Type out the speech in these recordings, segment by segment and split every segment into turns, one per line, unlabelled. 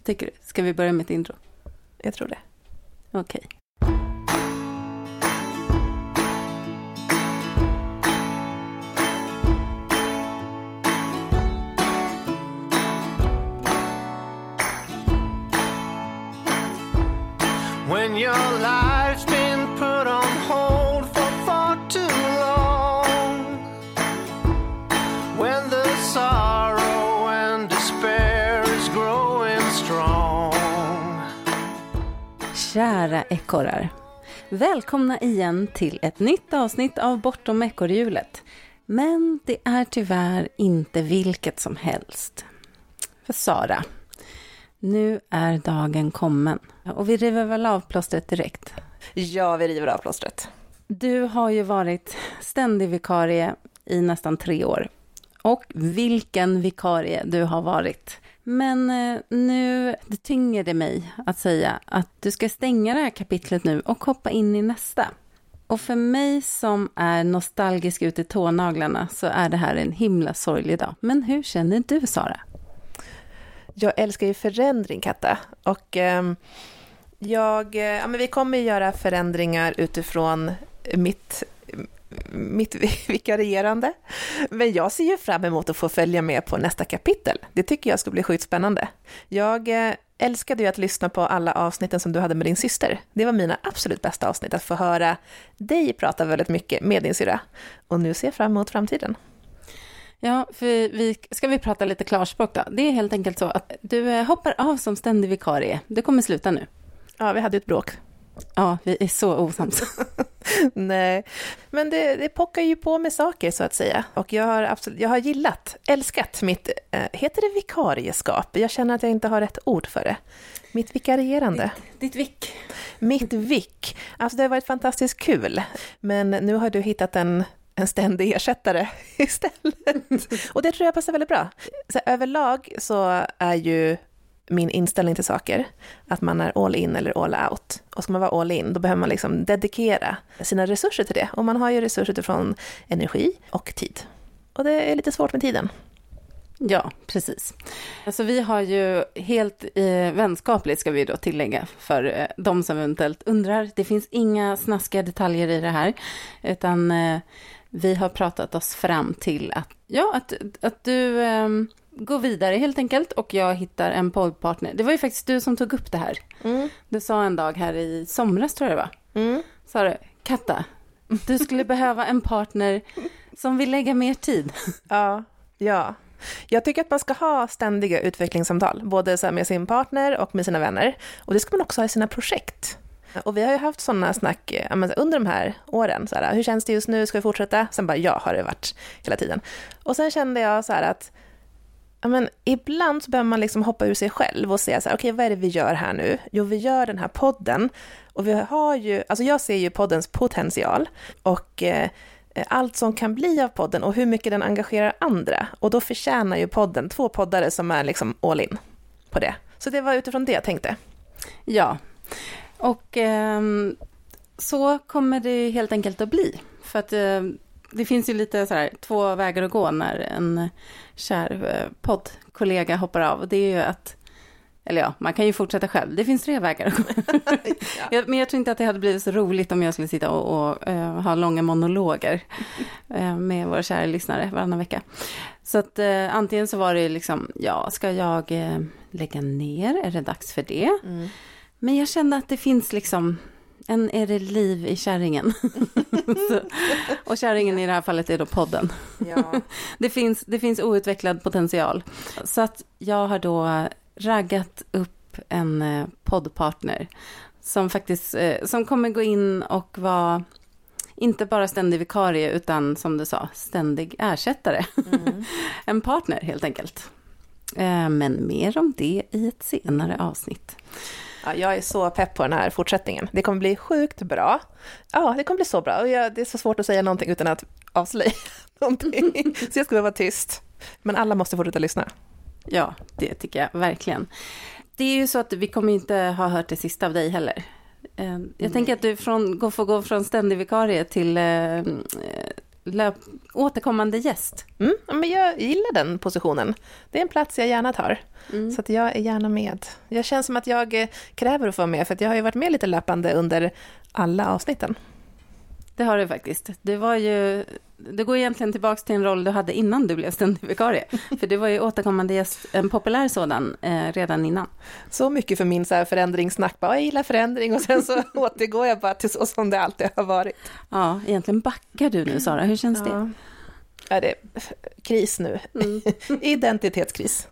Tycker du? Ska vi börja med ett intro?
Jag tror det.
Okej.
When your life's been put on hold for far too long, when the sorrow and despair is growing strong.
Kära ekorrar, välkomna igen till ett nytt avsnitt av Bortom ekorrhjulet. Men det är tyvärr inte vilket som helst. För Sara, nu är dagen kommen och vi river väl av plåstret direkt.
Ja, vi river av plåstret.
Du har ju varit ständig vikarie i nästan 3 år. Och vilken vikarie du har varit. Men nu det tynger det mig att säga att du ska stänga det här kapitlet nu och hoppa in i nästa. Och för mig som är nostalgisk ut i tånaglarna så är det här en himla sorglig dag. Men hur känner du, Sara?
Jag älskar ju förändring, Katta. Och men vi kommer göra förändringar utifrån mitt vikarierande. Men jag ser ju fram emot att få följa med på nästa kapitel. Det tycker jag ska bli sjukt spännande. Jag älskade ju att lyssna på alla avsnitten som du hade med din syster. Det var mina absolut bästa avsnitt, att få höra dig prata väldigt mycket med din syra. Och nu ser jag fram emot framtiden.
Ja, för ska vi prata lite klarspråk då? Det är helt enkelt så att du hoppar av som ständig vikarie. Det kommer sluta nu.
Ja, vi hade ju ett bråk.
Ja, vi är så osams.
Nej, men det pockar ju på med saker så att säga. Och jag har älskat mitt, heter det vikarieskap? Jag känner att jag inte har rätt ord för det. Mitt vikarierande.
Ditt vik.
Mitt vik. Alltså det har varit fantastiskt kul. Men nu har du hittat en ständig ersättare istället. Och det tror jag passar väldigt bra. Så överlag så är ju min inställning till saker att man är all in eller all out. Och ska man vara all in, då behöver man liksom dedikera sina resurser till det. Och man har ju resurser utifrån energi och tid. Och det är lite svårt med tiden.
Ja, precis. Alltså vi har ju helt vänskapligt, ska vi då tillägga, för de som eventuellt undrar. Det finns inga snaskiga detaljer i det här, utan vi har pratat oss fram till att du går vidare helt enkelt, och jag hittar en poddpartner. Det var ju faktiskt du som tog upp det här. Du sa en dag här i somras, tror jag det var. Sa du, Katta, du skulle behöva en partner som vill lägga mer tid.
Ja. Jag tycker att man ska ha ständiga utvecklingssamtal, både så här med sin partner och med sina vänner. Och det ska man också ha i sina projekt. Och vi har ju haft sådana snack under de här åren. Så här, hur känns det just nu? Ska vi fortsätta? Sen bara, har det varit hela tiden. Och sen kände jag så här att ibland så behöver man liksom hoppa ur sig själv och säga så här, okej, vad är det vi gör här nu? Jo, vi gör den här podden. Och vi har ju, alltså jag ser ju poddens potential och allt som kan bli av podden och hur mycket den engagerar andra. Och då förtjänar ju podden 2 poddare som är liksom all in på det. Så det var utifrån det jag tänkte.
Ja, och så kommer det helt enkelt att bli. För att det finns ju lite så här 2 vägar att gå när en kär poddkollega hoppar av. Och det är ju att, eller ja, man kan ju fortsätta själv. Det finns 3 vägar att gå. Men jag tror inte att det hade blivit så roligt om jag skulle sitta och ha långa monologer med våra kära lyssnare varannan vecka. Så att antingen så var det liksom, ska jag lägga ner? Är det dags för det? Men jag kände att det finns liksom är det liv i kärringen. Och kärringen i det här fallet är då podden.
Ja.
Det finns outvecklad potential. Så att jag har då raggat upp en poddpartner som faktiskt som kommer gå in och vara inte bara ständig vikarie utan, som du sa, ständig ersättare. En partner helt enkelt. Men mer om det i ett senare avsnitt.
Ja, jag är så pepp på den här fortsättningen. Det kommer bli sjukt bra. Ja, det kommer bli så bra. Och det är så svårt att säga någonting utan att avslöja någonting. Så jag ska vara tyst. Men alla måste fortsätta lyssna.
Ja, det tycker jag verkligen. Det är ju så att vi kommer inte ha hört det sista av dig heller. Jag tänker att du får gå från ständig vikarie till återkommande gäst.
Men jag gillar den positionen. Det är en plats jag gärna tar. Så att jag är gärna med. Jag känner som att jag kräver att få med, för att jag har ju varit med lite löpande under alla avsnitten.
Det har du faktiskt. Det går egentligen tillbaka till en roll du hade innan du blev ständig vikarie. För du var ju återkommande gäst, en populär sådan, redan innan.
Så mycket för min så här förändringssnack. Jag gillar förändring och sen så återgår jag bara till så som det alltid har varit.
Ja, egentligen backar du nu, Sara. Hur känns det?
Ja, det är kris nu. Identitetskris.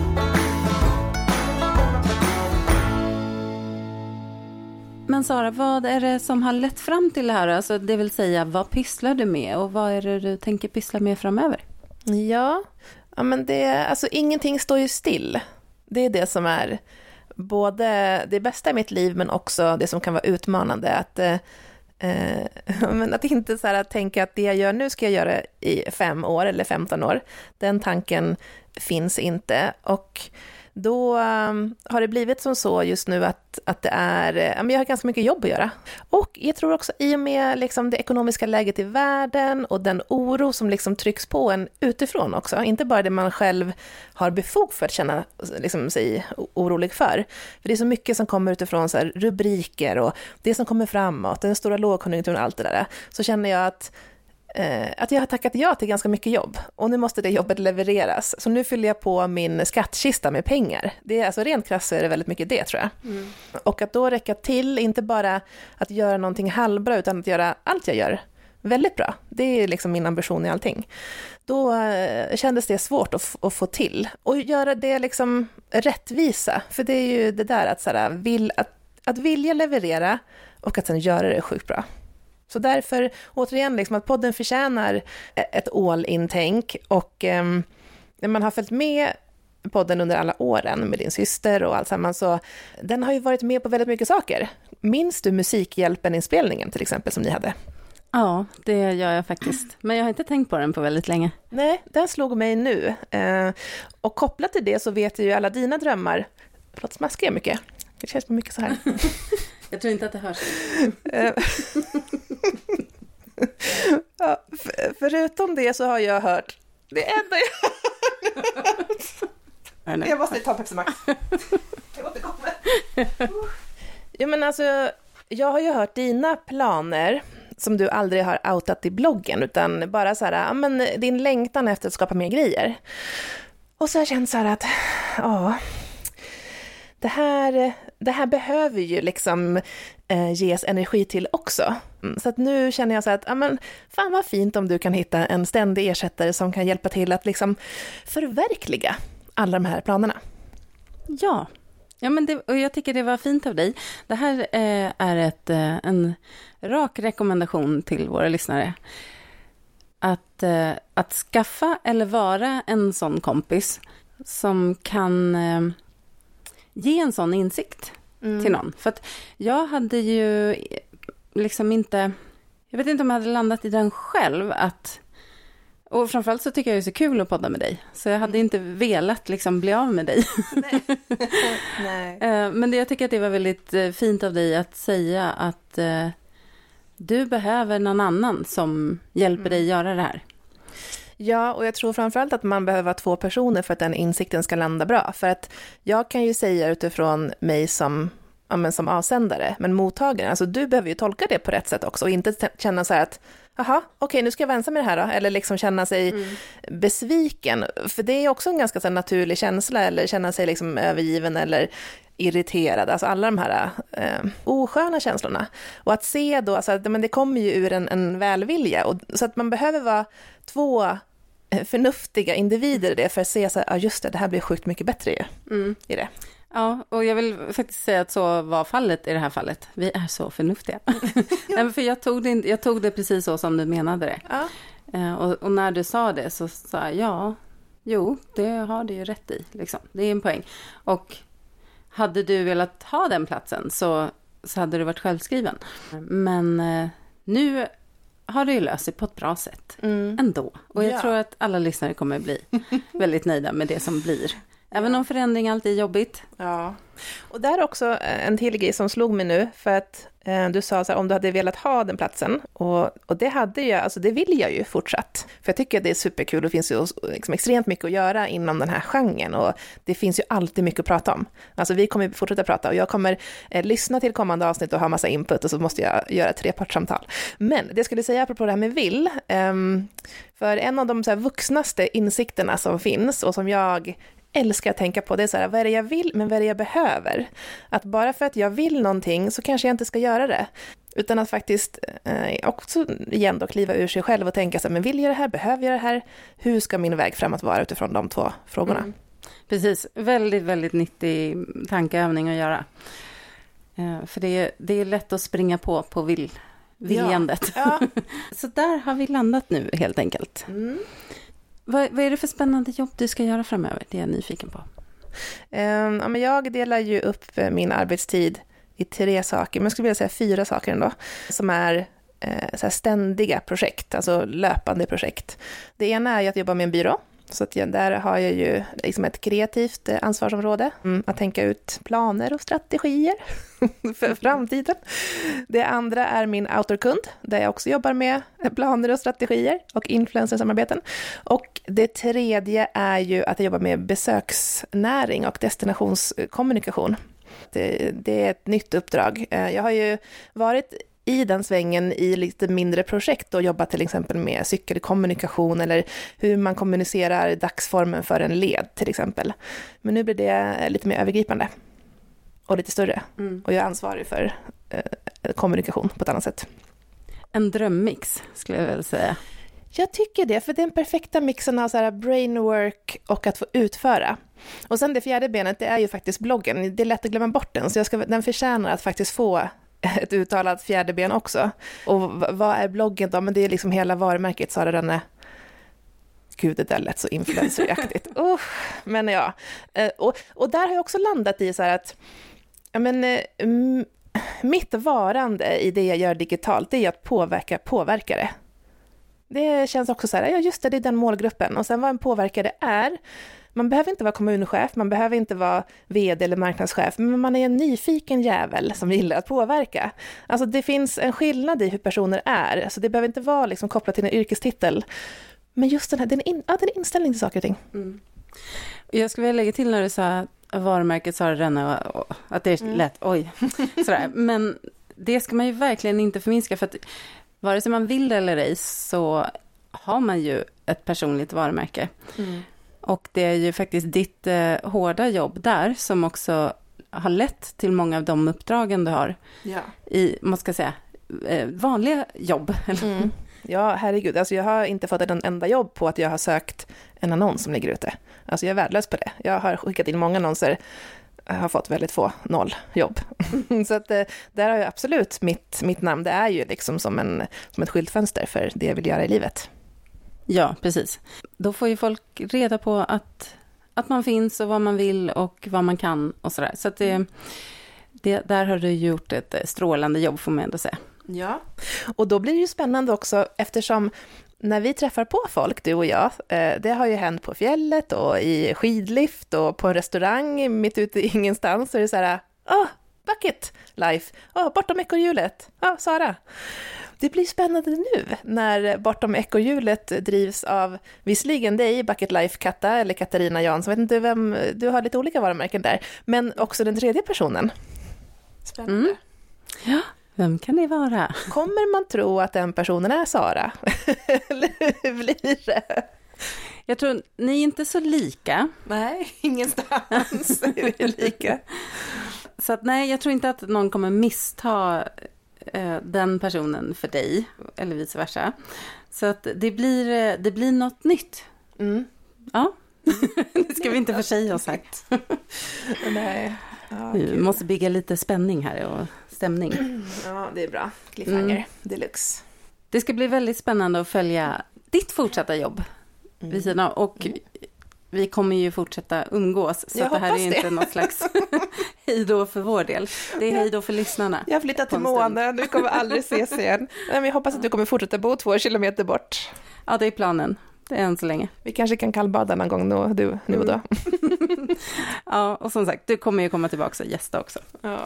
Men Sara, vad är det som har lett fram till det här? Alltså, det vill säga, vad pysslar du med och vad är det du tänker pyssla med framöver?
Ja men ingenting står ju still. Det är det som är både det bästa i mitt liv, men också det som kan vara utmanande. Men att inte så här tänka att det jag gör nu ska jag göra i 5 år eller 15 år. Den tanken finns inte, och då har det blivit som så just nu att det är, jag har ganska mycket jobb att göra. Och jag tror också i och med liksom det ekonomiska läget i världen och den oro som liksom trycks på en utifrån också, inte bara det man själv har befog för att känna liksom sig orolig för det är så mycket som kommer utifrån så här rubriker och det som kommer framåt, den stora lågkonjunkturen och allt det där, så känner jag att jag har tackat ja till ganska mycket jobb och nu måste det jobbet levereras. Så nu fyller jag på min skattkista med pengar. Det är alltså rent krasst, så är det väldigt mycket det, tror jag. Och att då räcka till, inte bara att göra någonting halvbra, utan att göra allt jag gör väldigt bra. Det är liksom min ambition i allting. Då kändes det svårt att få till. Och göra det liksom rättvisa. För det är ju det där att vilja leverera och att sen göra det sjukt bra. Så därför, återigen, liksom att podden förtjänar ett all-in-tänk, och när man har följt med podden under alla åren med din syster och allt samman, så den har ju varit med på väldigt mycket saker. Minns du Musikhjälpen-inspelningen till exempel som ni hade?
Ja, det gör jag faktiskt. Men jag har inte tänkt på den på väldigt länge.
Nej, den slog mig nu. Och kopplat till det så vet ju alla dina drömmar. Förlåt, smaskar jag mycket? Det känns på mycket så här.
Jag tror inte att det hörs.
Ja, förutom det så har jag hört det enda jag måste ta Pepsi Max. Jag återkommer. Ja, men alltså, jag har ju hört dina planer som du aldrig har outat i bloggen, utan bara så här, men din längtan efter att skapa mer grejer. Och så har jag känt så här att det här behöver ju liksom ges energi till också. Så att nu känner jag så att, fan vad fint om du kan hitta en ständig ersättare som kan hjälpa till att liksom förverkliga alla de här planerna.
Ja, men och jag tycker det var fint av dig. Det här är en rak rekommendation till våra lyssnare. Att skaffa eller vara en sån kompis som kan ge en sån insikt till någon. För att jag hade ju liksom inte, jag vet inte om jag hade landat i den själv, och framförallt så tycker jag det är så kul att podda med dig. Så jag hade inte velat liksom bli av med dig.
Nej.
Men jag tycker att det var väldigt fint av dig att säga att du behöver någon annan som hjälper dig göra det här.
Ja, och jag tror framförallt att man behöver 2 personer för att den insikten ska landa bra. För att jag kan ju säga utifrån mig som avsändare, men mottagaren, alltså du behöver ju tolka det på rätt sätt också och inte känna så här att okej, nu ska jag vara ensam med det här då, eller liksom känna sig besviken, för det är också en ganska så här naturlig känsla, eller känna sig liksom övergiven eller irriterad, alltså alla de här osköna känslorna, och att se då alltså, att det kommer ju ur en välvilja, och så att man behöver vara 2 förnuftiga individer i det för att se så här, just det här blir sjukt mycket bättre i det.
Ja, och jag vill faktiskt säga att så var fallet i det här fallet. Vi är så förnuftiga. Nej, men för jag tog det precis så som du menade det. Ja. Och när du sa det så sa jag, det har du ju rätt i. Liksom. Det är en poäng. Och hade du velat ha den platsen så hade du varit självskriven. Men nu har det ju löst sig på ett bra sätt ändå. Och jag tror att alla lyssnare kommer bli väldigt nöjda med det som blir Även om förändring alltid är jobbigt.
Ja, och där är också en till grej som slog mig nu, för att du sa så här, om du hade velat ha den platsen, och det hade jag, alltså det vill jag ju fortsatt. För jag tycker att det är superkul, och det finns ju liksom extremt mycket att göra inom den här genren, och det finns ju alltid mycket att prata om. Alltså vi kommer fortsätta prata, och jag kommer lyssna till kommande avsnitt och ha massa input, och så måste jag göra ett 3-partssamtal. Men det jag skulle säga apropå det här med vill, för en av de så här vuxnaste insikterna som finns, och som jag älskar att tänka på, det är så här, vad är det jag vill, men vad är det jag behöver? Att bara för att jag vill någonting så kanske jag inte ska göra det. Utan att faktiskt också igen då kliva ur sig själv och tänka så här, men vill jag det här, behöver jag det här? Hur ska min väg framåt vara utifrån de 2 frågorna? Mm.
Precis, väldigt, väldigt nyttig tankeövning att göra. För det är lätt att springa på viljandet. Ja. Ja. Så där har vi landat nu helt enkelt. Mm. Vad är det för spännande jobb du ska göra framöver? Det är jag nyfiken på.
Ja, men jag delar ju upp min arbetstid i 3 saker, men jag skulle vilja säga 4 saker ändå, som är så här ständiga projekt, alltså löpande projekt. Det ena är att jobba med en byrå, så att där har jag ju liksom ett kreativt ansvarsområde, att tänka ut planer och strategier för framtiden. Det andra är min outdoor-kund, där jag också jobbar med planer och strategier och influencersamarbeten. Och det tredje är ju att jag jobbar med besöksnäring och destinationskommunikation. Det är ett nytt uppdrag. Jag har ju varit i den svängen i lite mindre projekt och jobbat till exempel med cykelkommunikation, eller hur man kommunicerar dagsformen för en led till exempel. Men nu blir det lite mer övergripande och lite större. Och jag är ansvarig för kommunikation på ett annat sätt.
En drömmix skulle jag väl säga.
Jag tycker det, för det är den perfekta mixen av så här brainwork och att få utföra. Och sen det 4:e benet, det är ju faktiskt bloggen. Det är lätt att glömma bort den, så den förtjänar att faktiskt få ett uttalat 4:e ben också. Och vad är bloggen då? Men det är liksom hela varumärket, Sara Rönne. Gud, det där lät så influenceraktigt. Men ja. Och där har jag också landat i så här att mitt varande i det jag gör digitalt, det är att påverkare. Det känns också så här, ja just det är den målgruppen. Och sen vad en påverkare är, man behöver inte vara kommunchef, man behöver inte vara vd eller marknadschef, men man är en nyfiken jävel som gillar att påverka. Alltså det finns en skillnad i hur personer är, alltså det behöver inte vara liksom kopplat till en yrkestitel. Men just den här, den är inställning till saker och ting.
Mm. Jag skulle vilja lägga till när du sa varumärket Sara Rönne och att det är lätt, sådär. Men det ska man ju verkligen inte förminska, för att vare sig man vill eller ej så har man ju ett personligt varumärke. Mm. Och det är ju faktiskt ditt hårda jobb där som också har lett till många av de uppdragen du har i, man ska säga, vanliga jobb. Mm.
Ja, herregud. Alltså jag har inte fått en enda jobb på att jag har sökt en annons som ligger ute. Alltså jag är värdelös på det. Jag har skickat in många annonser, har fått väldigt få, 0 jobb. Så att där har jag absolut mitt namn. Det är ju liksom som ett skyltfönster för det jag vill göra i livet.
Ja, precis. Då får ju folk reda på att man finns och vad man vill och vad man kan och sådär. Så att där har du gjort ett strålande jobb, får man ändå säga.
Ja, och då blir det ju spännande också, eftersom när vi träffar på folk, du och jag, det har ju hänt på fjället och i skidlift och på en restaurang mitt ute i ingenstans, så är det så här, bucket life, bortom ekorrhjulet, Sara. Det blir spännande nu när bortom ekorrhjulet drivs av visserligen dig, Bucket Life Katta eller Katarina Jansson, vet inte vem, du har lite olika varumärken där, men också den 3:e personen. Spännande.
Mm. Ja. Vem kan det vara?
Kommer man tro att den personen är Sara? Eller hur blir det?
Jag tror, ni är inte så lika.
Nej, ingenstans är vi lika.
Så att nej, jag tror inte att någon kommer missta den personen för dig, eller vice versa. Så att det blir något nytt. Mm. Ja, det ska vi inte försäga oss här.
Nej.
Vi måste bygga lite spänning här och stämning.
Ja, det är bra. Cliffhanger, deluxe.
Det ska bli väldigt spännande att följa ditt fortsatta jobb vid sidan av. Och vi kommer ju fortsätta umgås. Så att det här är inte något slags hejdå för vår del. Det är hejdå för lyssnarna.
Jag har flyttat till månen. Du kommer aldrig ses igen. Men jag hoppas att du kommer fortsätta bo 2 kilometer bort.
Ja, det är planen. det är än så länge.
Vi kanske kan kallbada någon gång nu och då.
Ja, och som sagt, du kommer ju komma tillbaka och gästa också.
Ja.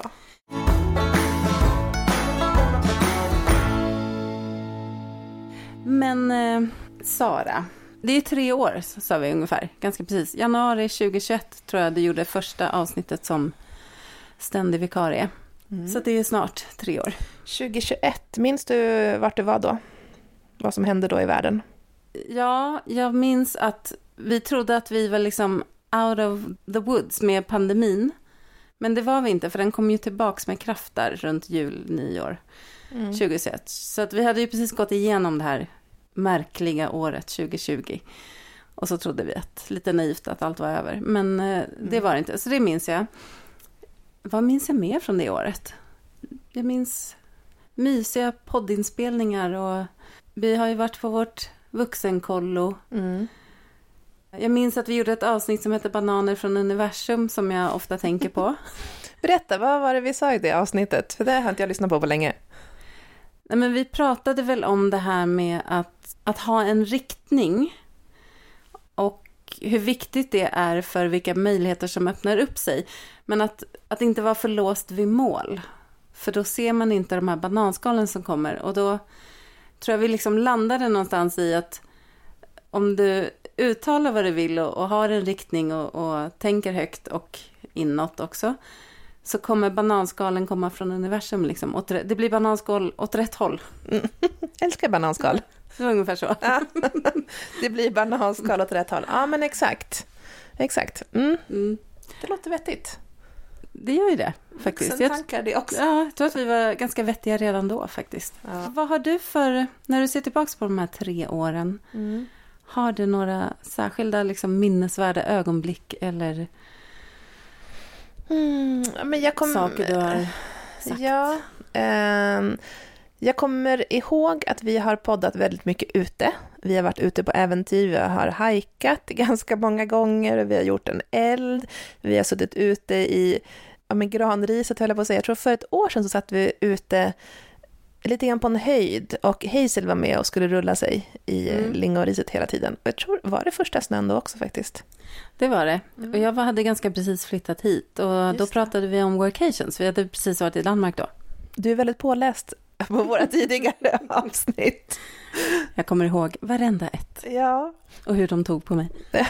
Men Sara, det är 3 år sa vi ungefär, ganska precis. Januari 2021 tror jag du gjorde första avsnittet som ständig vikarie. Så det är snart 3 år.
2021, minns du vart du var då? Vad som hände då i världen?
Ja, jag minns att vi trodde att vi var liksom out of the woods med pandemin. Men det var vi inte, för den kom ju tillbaks med kraft där runt jul, nyår 2021. Så att vi hade ju precis gått igenom det här märkliga året 2020. Och så trodde vi lite naivt att allt var över. Men det var det inte, så det minns jag. Vad minns jag mer från det året? Jag minns mysiga poddinspelningar och vi har ju varit på vårt vuxenkollo. Jag minns att vi gjorde ett avsnitt som heter Bananer från universum som jag ofta tänker på.
Berätta, vad var det vi sa i det avsnittet? För det har inte jag lyssnat på länge.
Nej, men vi pratade väl om det här med att ha en riktning och hur viktigt det är för vilka möjligheter som öppnar upp sig. Men att inte vara för låst vid mål. För då ser man inte de här bananskalen som kommer. Och då tror jag vi liksom landade någonstans i att om du uttalar vad du vill och har en riktning och tänker högt och inåt också, så kommer bananskalen komma från universum. Liksom. Det blir bananskal åt rätt håll.
Älskar bananskal.
Det var ungefär så.
Ja. Det blir bananskal åt rätt håll. Ja, men exakt. Det låter vettigt.
Det gör ju det, faktiskt.
Sen tankar det också.
Ja, jag tror att vi var ganska vettiga redan då, faktiskt. Ja. Vad har du för, när du ser tillbaka på de här 3 åren, har du några särskilda liksom, minnesvärda ögonblick eller
men
saker du har sagt?
Ja, jag kommer ihåg att vi har poddat väldigt mycket ute. Vi har varit ute på äventyr, vi har hajkat ganska många gånger, vi har gjort en eld, vi har suttit ute i granriset, höll jag på att säga. Jag tror för ett år sedan så satt vi ute lite grann på en höjd och Hazel var med och skulle rulla sig i lingonriset hela tiden. Jag tror, var det första snön då också faktiskt?
Det var det. Och jag hade ganska precis flyttat hit och då pratade vi om workations. Vi hade precis varit i Danmark då.
Du är väldigt påläst på våra tidigare avsnitt.
Jag kommer ihåg varenda ett.
Ja.
Och hur de tog på mig.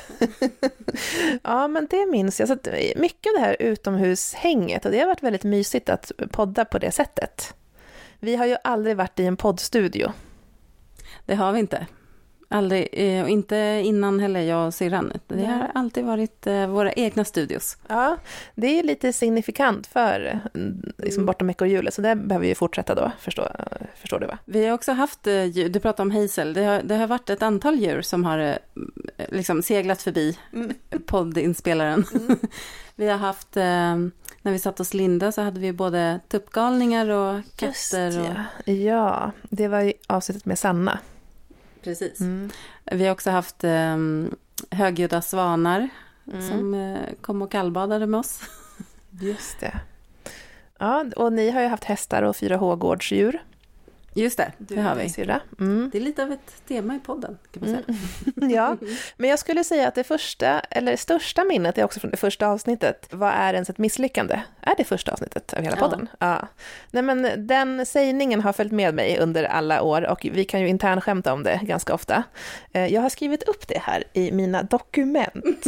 Ja, men det minns jag. Så att mycket av det här utomhushänget, och det har varit väldigt mysigt att podda på det sättet. Vi har ju aldrig varit i en poddstudio.
Det har vi inte. Aldrig, och inte innan heller jag och syrran. Det har alltid varit våra egna studios.
Ja, det är lite signifikant för liksom bortom ekorrhjulet. Så det behöver vi fortsätta då, förstår du va?
Vi har också haft djur, du pratar om Hazel. Det har varit ett antal djur som har liksom seglat förbi poddinspelaren. Vi har haft, när vi satt oss linda så hade vi både tuppgalningar och katter.
Ja, det var ju avsnittet med Sanna.
Precis. Vi har också haft högljudda svanar som kom och kallbadade med oss.
Just det. Ja, och ni har ju haft hästar och 4H-gårdsdjur.
Just det har vi.
Det
är lite av ett tema i podden, kan man säga.
Ja, men jag skulle säga att det första, eller största minnet är också från det första avsnittet. Vad är ens ett misslyckande? Är det första avsnittet av hela podden? Ja. Nej, men den sägningen har följt med mig under alla år och vi kan ju internskämta om det ganska ofta. Jag har skrivit upp det här i mina dokument.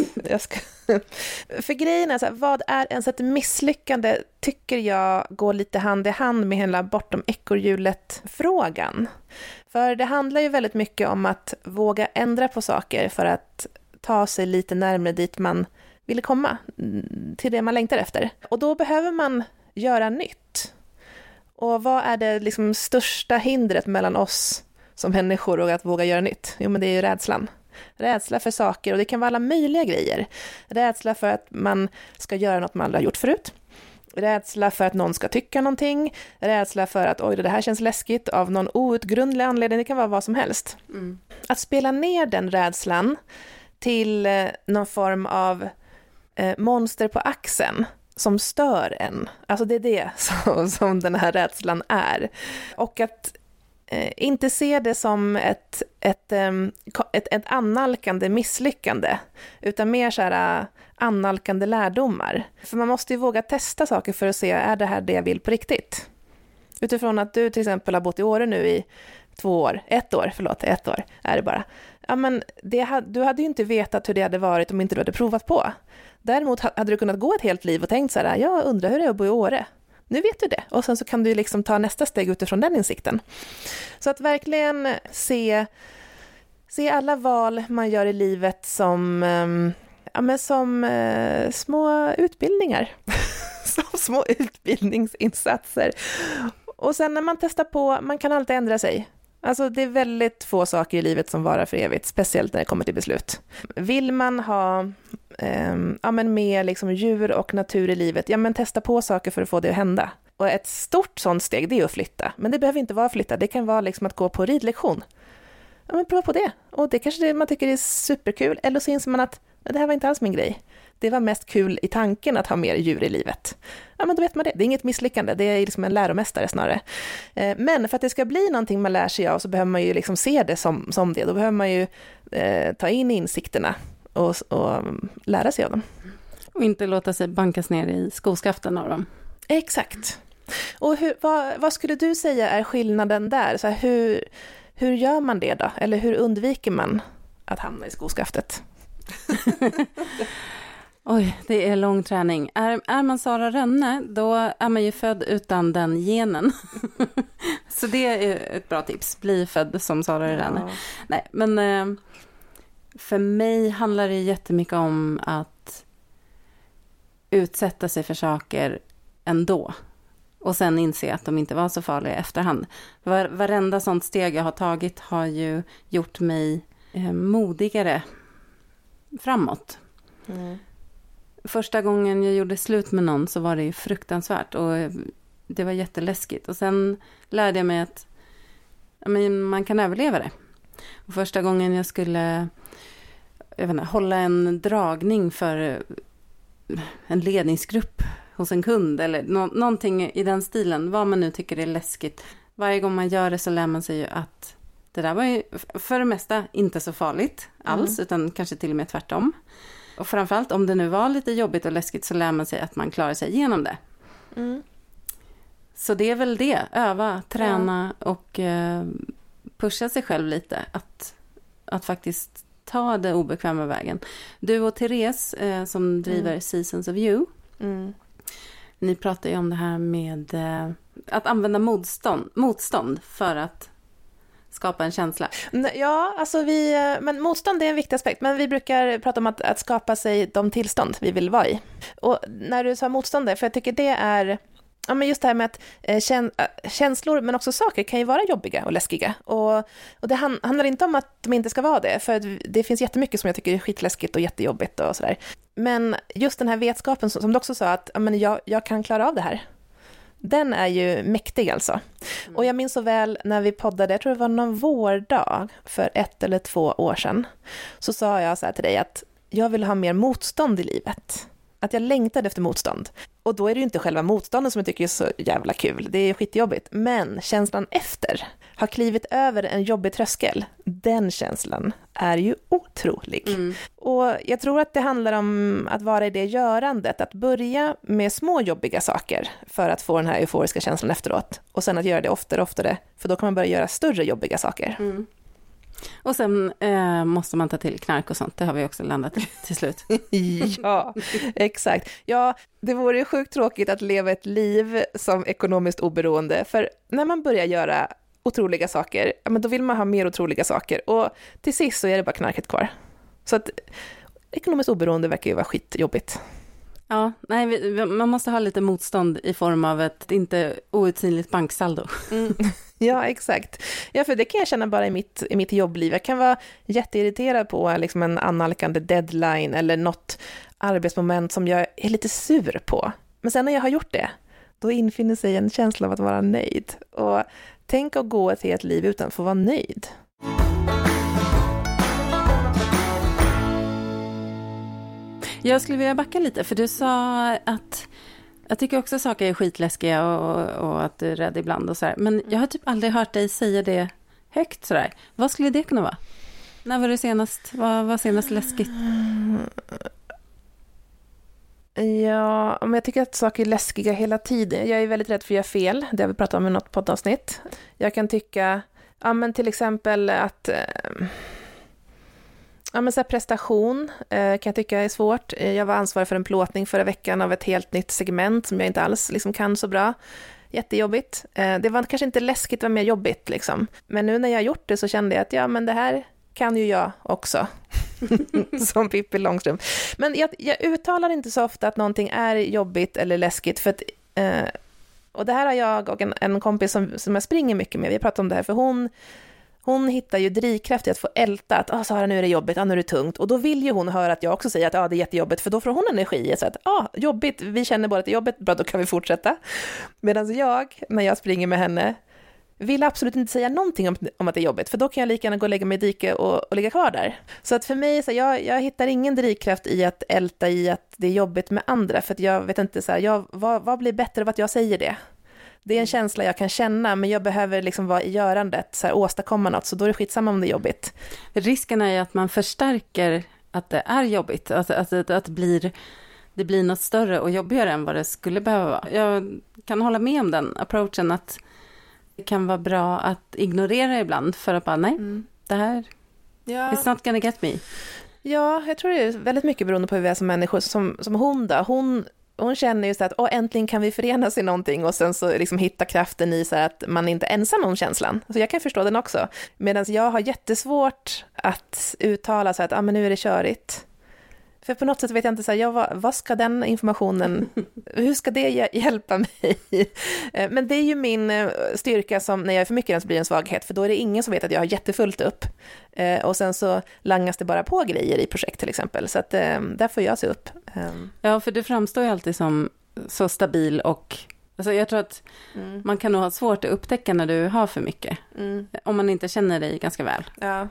För grejen är så här, vad är ens ett misslyckande tycker jag går lite hand i hand med hela bortom ekorrhjulet-frågan. För det handlar ju väldigt mycket om att våga ändra på saker för att ta sig lite närmare dit man vill komma, till det man längtar efter. Och då behöver man göra nytt. Och vad är det liksom största hindret mellan oss som människor och att våga göra nytt? Jo, men det är ju rädslan. Rädsla för saker, och det kan vara alla möjliga grejer. Rädsla för att man ska göra något man aldrig har gjort förut. Rädsla för att någon ska tycka någonting. Rädsla för att oj, det här känns läskigt av någon outgrundlig anledning. Det kan vara vad som helst. Att spela ner den rädslan till någon form av monster på axeln som stör en. Alltså det är det som den här rädslan är. Och att inte se det som ett annalkande misslyckande, utan mer så här annalkande lärdomar. För man måste ju våga testa saker för att se, är det här det jag vill på riktigt? Utifrån att du till exempel har bott i Åre nu i 1 år är det bara. Ja, men du hade ju inte vetat hur det hade varit om inte du hade provat på. Däremot hade du kunnat gå ett helt liv och tänkt så här, jag undrar hur det är att bo i Åre. Nu vet du det. Och sen så kan du liksom ta nästa steg utifrån den insikten. Så att verkligen se alla val man gör i livet som små utbildningar. Som små utbildningsinsatser. Och sen när man testar på, man kan alltid ändra sig. Alltså det är väldigt få saker i livet som varar för evigt, speciellt när det kommer till beslut. Vill man ha mer liksom djur och natur i livet, men testa på saker för att få det att hända. Och ett stort sånt steg, det är att flytta. Men det behöver inte vara att flytta, det kan vara liksom att gå på ridlektion. Ja, men prova på det. Och det kanske man tycker är superkul, eller så inser man att det här var inte alls min grej. Det var mest kul i tanken att ha mer djur i livet. Ja, men då vet man det. Det är inget misslyckande. Det är liksom en läromästare snarare. Men för att det ska bli någonting man lär sig av så behöver man ju liksom se det som det. Då behöver man ju ta in insikterna och lära sig av dem.
Och inte låta sig bankas ner i skoskaften av dem.
Exakt. Och vad skulle du säga är skillnaden där? Så här, hur gör man det då? Eller hur undviker man att hamna i skoskaftet?
Oj, det är lång träning. Är man Sara Rönne, då är man ju född utan den genen. Så det är ett bra tips. Bli född som Sara Rönne. Ja. Nej, men för mig handlar det jättemycket om att utsätta sig för saker ändå. Och sen inse att de inte var så farliga i efterhand. Varenda sånt steg jag har tagit har ju gjort mig modigare framåt. Mm. Första gången jag gjorde slut med någon så var det ju fruktansvärt och det var jätteläskigt. Och sen lärde jag mig att man kan överleva det. Och första gången jag skulle hålla en dragning för en ledningsgrupp hos en kund eller någonting i den stilen, vad man nu tycker är läskigt. Varje gång man gör det så lär man sig ju att det där var ju för det mesta inte så farligt alls, utan kanske till och med tvärtom. Och framförallt om det nu var lite jobbigt och läskigt så lär man sig att man klarar sig igenom det. Mm. Så det är väl det. Öva, träna och pusha sig själv lite. Att faktiskt ta det obekväma vägen. Du och Therese som driver Seasons of You. Mm. Ni pratar ju om det här med att använda motstånd för att skapa en känsla.
Ja, alltså men motstånd är en viktig aspekt, men vi brukar prata om att skapa sig de tillstånd vi vill vara i. Och när du sa motstånd, för jag tycker det är men just det här med att känslor men också saker kan ju vara jobbiga och läskiga. Och det handlar inte om att de inte ska vara det, för det finns jättemycket som jag tycker är skitläskigt och jättejobbigt och sådär. Men just den här vetskapen som du också sa att jag kan klara av det här. Den är ju mäktig alltså. Och jag minns så väl när vi poddade, jag tror det var någon vårdag för 1 eller 2 år sedan. Så sa jag så här till dig att jag vill ha mer motstånd i livet. Att jag längtade efter motstånd. Och då är det ju inte själva motståndet som jag tycker är så jävla kul. Det är skitjobbigt. Men känslan efter har klivit över en jobbig tröskel. Den känslan är ju otrolig. Mm. Och jag tror att det handlar om att vara i det görandet. Att börja med små jobbiga saker för att få den här euforiska känslan efteråt. Och sen att göra det oftare och oftare. För då kan man börja göra större jobbiga saker.
Mm. Och sen måste man ta till knark och sånt. Det har vi också landat till slut.
Ja, exakt. Ja, det vore ju sjukt tråkigt att leva ett liv som ekonomiskt oberoende. För när man börjar göra otroliga saker, men då vill man ha mer otroliga saker. Och till sist så är det bara knarket kvar. Så att ekonomiskt oberoende verkar ju vara skitjobbigt.
Ja, nej, man måste ha lite motstånd i form av ett inte outsinligt banksaldo.
Mm. Ja, exakt. Ja, för det kan jag känna bara i mitt jobbliv. Jag kan vara jätteirriterad på liksom en annalkande deadline eller något arbetsmoment som jag är lite sur på. Men sen när jag har gjort det, då infinner sig en känsla av att vara nöjd. Och tänk att gå ett helt liv utan att få vara nöjd. Jag
skulle vilja backa lite, för du sa att Jag tycker också saker är skitläskiga och att du är rädd ibland och så här. Men jag har typ aldrig hört dig säga det högt så där. Vad skulle det kunna vara? När var det senast? Vad var senast läskigt?
Ja, men jag tycker att saker är läskiga hela tiden. Jag är väldigt rädd för att göra fel. Det har vi pratat om i något poddavsnitt. Jag kan tycka, ja men till exempel att ja, men så här prestation kan jag tycka är svårt. Jag var ansvarig för en plåtning förra veckan av ett helt nytt segment som jag inte alls liksom kan så bra. Jättejobbigt. Det var kanske inte läskigt, det var mer jobbigt liksom. Men nu när jag gjort det så kände jag att ja, men det här kan ju jag också. Som Pippi Långstrump. Men jag uttalar inte så ofta att någonting är jobbigt eller läskigt. För att, och det här har jag och en kompis som jag springer mycket med. Vi har pratat om det här för hon hittar ju drivkraft i att få älta att Sara, nu är det jobbigt, nu är det tungt. Och då vill ju hon höra att jag också säger att det är jättejobbigt, för då får hon energi. Så att jobbigt, vi känner bara att det är jobbigt, bra, då kan vi fortsätta. Medan jag, när jag springer med henne, vill absolut inte säga någonting om att det är jobbigt, för då kan jag lika gärna gå och lägga mig i dike och ligga kvar där. Så att för mig, så jag hittar ingen drivkraft i att älta i att det är jobbigt med andra, för att jag vet inte, så här, vad blir bättre av att jag säger det? Det är en känsla jag kan känna, men jag behöver liksom vara i görandet, så här, åstadkomma något, så då är det skitsamma om det är jobbigt.
Risken är ju att man förstärker att det är jobbigt, att det blir något större och jobbigare än vad det skulle behöva vara. Jag kan hålla med om den approachen, att det kan vara bra att ignorera ibland för att bara, det här, it's not gonna get me.
Ja, jag tror det är väldigt mycket beroende på hur vi är som människor. Som hon då, hon känner ju så att äntligen kan vi förenas i någonting, och sen så liksom hitta kraften i så att man inte är ensam om känslan. Så jag kan förstå den också. Medan jag har jättesvårt att uttala så att men nu är det körigt. För på något sätt vet jag inte så här, vad ska den informationen, hur ska det hjälpa mig? Men det är ju min styrka, som när jag är för mycket den så blir det en svaghet, för då är det ingen som vet att jag har jättefullt upp. Och sen så langas det bara på grejer i projekt till exempel, så att där får jag se upp.
Ja, för du framstår ju alltid som så stabil, och alltså jag tror att man kan nog ha svårt att upptäcka när du har för mycket. Om man inte känner dig ganska väl.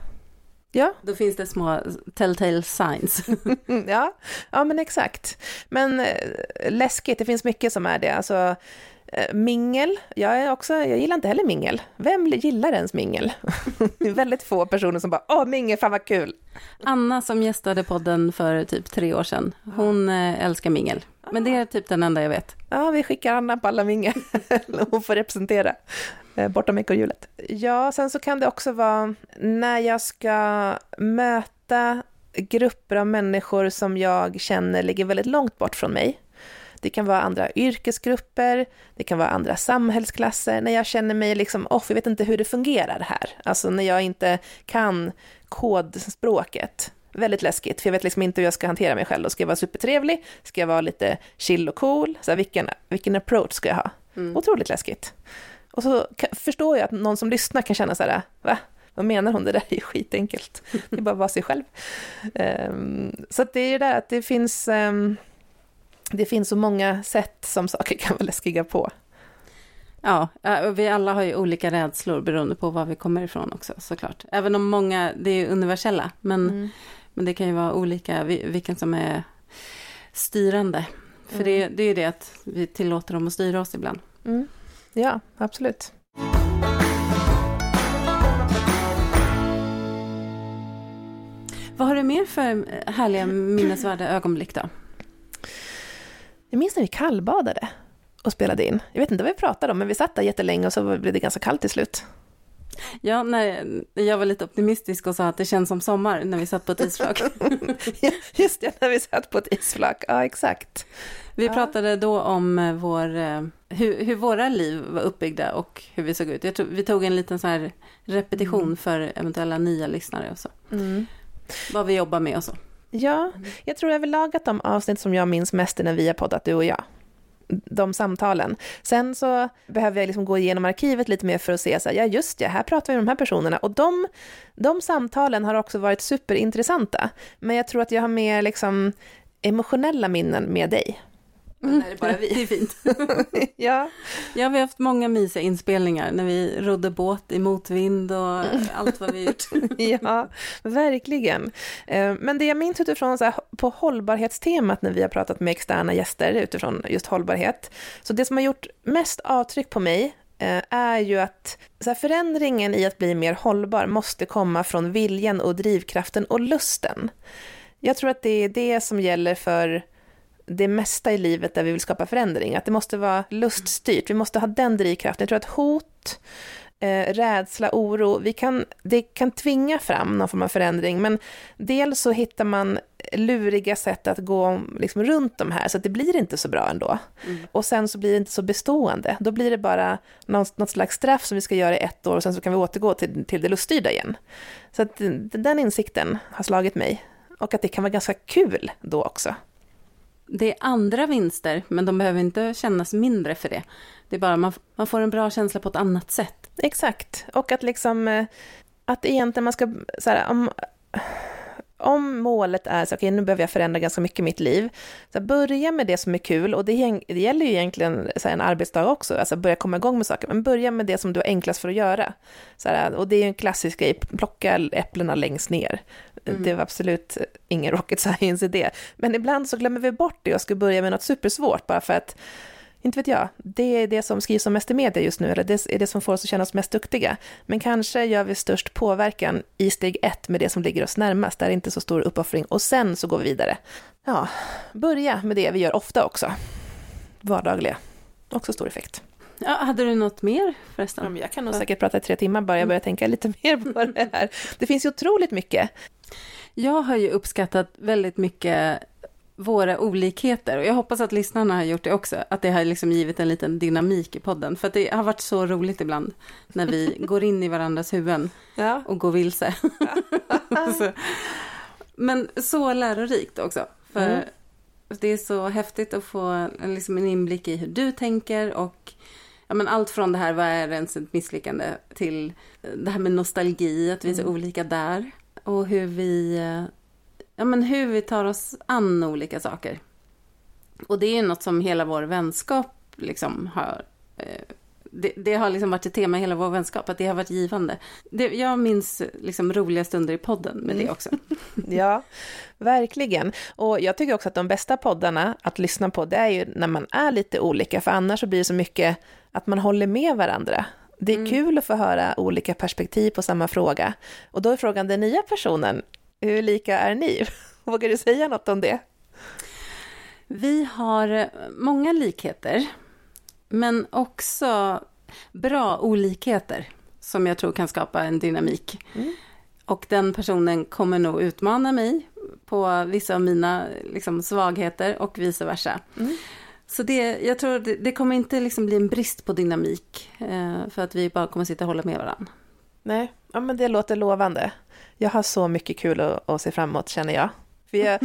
Ja.
Då finns det små telltale signs.
ja, men exakt. Men läskigt, det finns mycket som är det. Alltså, mingel, jag gillar inte heller mingel. Vem gillar ens mingel? Det är väldigt få personer som bara, mingel, fan vad kul.
Anna som gästade podden för typ 3 år sedan, hon älskar mingel. Men det är typ den enda jag vet.
Ja, vi skickar Anna på alla mingel. Hon får representera bortom ekorrhjulet. Ja, sen så kan det också vara när jag ska möta grupper av människor som jag känner ligger väldigt långt bort från mig. Det kan vara andra yrkesgrupper, det kan vara andra samhällsklasser. När jag känner mig liksom, jag vet inte hur det fungerar här. Alltså när jag inte kan kodspråket. Väldigt läskigt, för jag vet liksom inte hur jag ska hantera mig själv. Då ska jag vara supertrevlig, ska jag vara lite chill och cool. Så här, vilken approach ska jag ha? Otroligt läskigt. Och så förstår jag att någon som lyssnar kan känna så här, va? Vad menar hon? Det där är ju skitenkelt. Det är bara att vara sig själv. Så att det är ju där att det finns så många sätt som saker kan vara läskiga på.
Ja, vi alla har ju olika rädslor beroende på var vi kommer ifrån också, såklart. Även om många, det är universella, men det kan ju vara olika vilken som är styrande. För det är ju det att vi tillåter dem att styra oss ibland.
Ja, absolut.
Vad har du mer för härliga minnesvärda ögonblick då?
Jag minns när vi kallbadade och spelade in. Jag vet inte vad vi pratade om, men vi satt där jättelänge och så blev det ganska kallt till slut.
Ja, när jag var lite optimistisk och sa att det känns som sommar när vi satt på ett isflak.
Just det, när vi satt på ett isflak. Ja, exakt.
Vi pratade då om hur våra liv var uppbyggda och hur vi såg ut. Jag tror vi tog en liten så här repetition för eventuella nya lyssnare och så. Vad vi jobbar med och så.
Ja, jag tror överlag att de avsnitt som jag minns mest är när vi har poddat, du och jag. De samtalen. Sen så behöver jag liksom gå igenom arkivet lite mer för att se så här, ja just det, här pratar vi om de här personerna. Och de samtalen har också varit superintressanta. Men jag tror att jag har mer liksom emotionella minnen med dig. Men är det bara vi?
Det är fint.
Ja.
Ja, vi har haft många mysiga inspelningar när vi rodde båt i motvind och allt vad vi gjort.
Ja, verkligen. Men det jag minns utifrån så här, på hållbarhetstemat när vi har pratat med externa gäster utifrån just hållbarhet. Så det som har gjort mest avtryck på mig är ju att så här, förändringen i att bli mer hållbar måste komma från viljan och drivkraften och lusten. Jag tror att det är det som gäller för det mesta i livet där vi vill skapa förändring. Att det måste vara luststyrt. Vi måste ha den drivkraften. Jag tror att hot, rädsla, oro, det kan tvinga fram någon form av förändring. Men dels så hittar man luriga sätt att gå liksom runt de här så att det blir inte så bra ändå. Och sen så blir det inte så bestående. Då blir det bara något slags straff som vi ska göra i 1 år och sen så kan vi återgå till det luststyrda igen. Så att den insikten har slagit mig. Och att det kan vara ganska kul då också.
Det är andra vinster, men de behöver inte kännas mindre för det. Det är bara man får en bra känsla på ett annat sätt.
Exakt. Och att liksom att egentligen man ska så här, om målet är så okej, nu behöver jag förändra ganska mycket i mitt liv. Så börja med det som är kul, och det gäller ju egentligen så här, en arbetsdag också, alltså börja komma igång med saker, men börja med det som du har enklast för att göra. Så här, och det är ju en klassisk grej, plocka äpplena längst ner. Det var absolut ingen rocket science i det. Men ibland så glömmer vi bort det och ska börja med något supersvårt bara för att, inte vet jag, det är det som skrivs om mest i media just nu, eller det är det som får oss att känna oss mest duktiga. Men kanske gör vi störst påverkan i steg 1 med det som ligger oss närmast, där är inte så stor uppoffring, och sen så går vi vidare. Ja, börja med det vi gör ofta också. Vardagliga. Också stor effekt.
Ja, hade du något mer förresten?
Jag kan nog säkert prata i 3 timmar bara jag börjar tänka lite mer på det här. Det finns ju otroligt mycket.
Jag har ju uppskattat väldigt mycket våra olikheter, och jag hoppas att lyssnarna har gjort det också, att det har liksom givit en liten dynamik i podden, för att det har varit så roligt ibland när vi går in i varandras huvuden och går vilse. Men så lärorikt också, för det är så häftigt att få liksom en inblick i hur du tänker, och ja, men allt från det här, vad är ens ett misslyckande, till det här med nostalgi, att vi är så olika där, och hur vi tar oss an olika saker. Och det är ju något som hela vår vänskap liksom har, det har liksom varit ett tema i hela vår vänskap, att det har varit givande. Jag minns liksom roliga stunder i podden med det också.
Ja, verkligen. Och jag tycker också att de bästa poddarna att lyssna på, det är ju när man är lite olika, för annars så blir det så mycket att man håller med varandra. Det är kul att få höra olika perspektiv på samma fråga. Och då är frågan, den nya personen, hur lika är ni? Vågar du säga något om det?
Vi har många likheter, men också bra olikheter som jag tror kan skapa en dynamik. Och den personen kommer nog utmana mig på vissa av mina liksom svagheter och vice versa. Så jag tror det kommer inte liksom bli en brist på dynamik, för att vi bara kommer sitta och hålla med varandra.
Nej, ja, men det låter lovande. Jag har så mycket kul att se fram emot, känner jag. För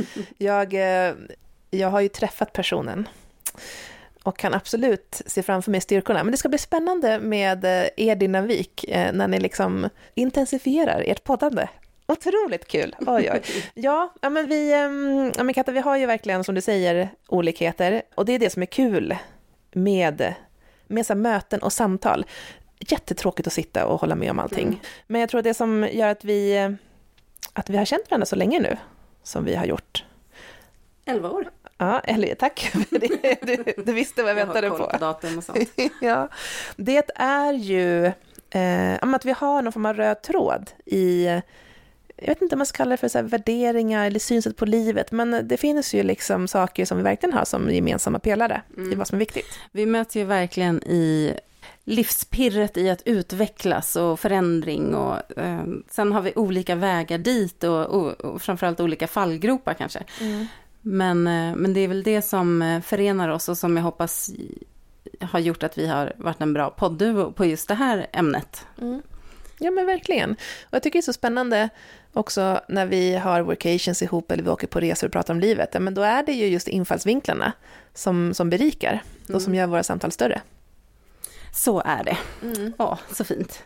jag har ju träffat personen och kan absolut se framför mig styrkorna. Men det ska bli spännande med er dynamik när ni liksom intensifierar ert poddande. Otroligt kul. Oj, oj. Ja, men Katta, vi har ju verkligen, som du säger, olikheter. Och det är det som är kul med så här möten och samtal. Jättetråkigt att sitta och hålla med om allting. Men jag tror att det som gör att vi har känt varandra så länge nu, som vi har gjort.
11 år.
Ja, eller tack. Du visste vad jag väntade på.
Jag har koll på datum och sånt.
Ja, det är ju att vi har någon form av röd tråd i, jag vet inte om man ska kalla det för så här värderingar eller synsätt på livet, men det finns ju liksom saker som vi verkligen har som gemensamma pelare i vad som är viktigt.
Vi möts ju verkligen i livspirret i att utvecklas och förändring, och sen har vi olika vägar dit och framförallt olika fallgropar kanske. Men det är väl det som förenar oss, och som jag hoppas har gjort att vi har varit en bra poddduo på just det här ämnet.
Ja, men verkligen. Och jag tycker det är så spännande också när vi har workations ihop eller vi åker på resor och pratar om livet. Men då är det ju just infallsvinklarna som berikar och som gör våra samtal större.
Så är det. Ja, så fint.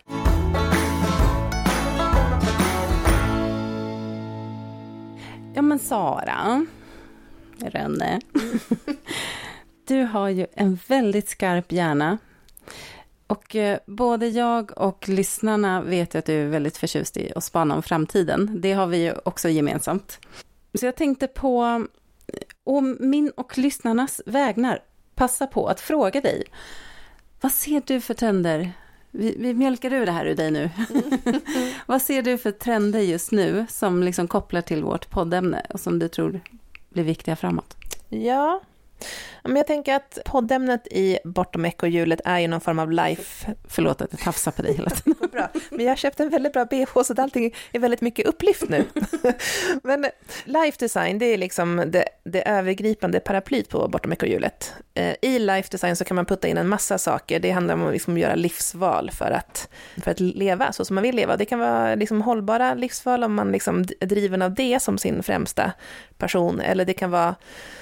Ja, men Sara Rönne, du har ju en väldigt skarp hjärna. Och både jag och lyssnarna vet att du är väldigt förtjust i att spana om framtiden. Det har vi ju också gemensamt. Så jag tänkte på, om min och lyssnarnas vägnar, passa på att fråga dig. Vad ser du för trender? Vi mjölkar ur det här ur dig nu. Vad ser du för trender just nu som liksom kopplar till vårt poddämne och som du tror blir viktiga framåt?
Ja, men jag tänker att poddämnet i Bortom ekorrhjulet är ju någon form av life...
Förlåt att jag tafsar på dig hela tiden.
Bra. Men jag har köpt en väldigt bra BH så att allting är väldigt mycket upplyft nu. Men life design, det är liksom det övergripande paraplyt på Bortom ekorrhjulet. I life design så kan man putta in en massa saker. Det handlar om att liksom göra livsval för att leva så som man vill leva. Det kan vara liksom hållbara livsval om man liksom är driven av det som sin främsta passion. Eller det kan vara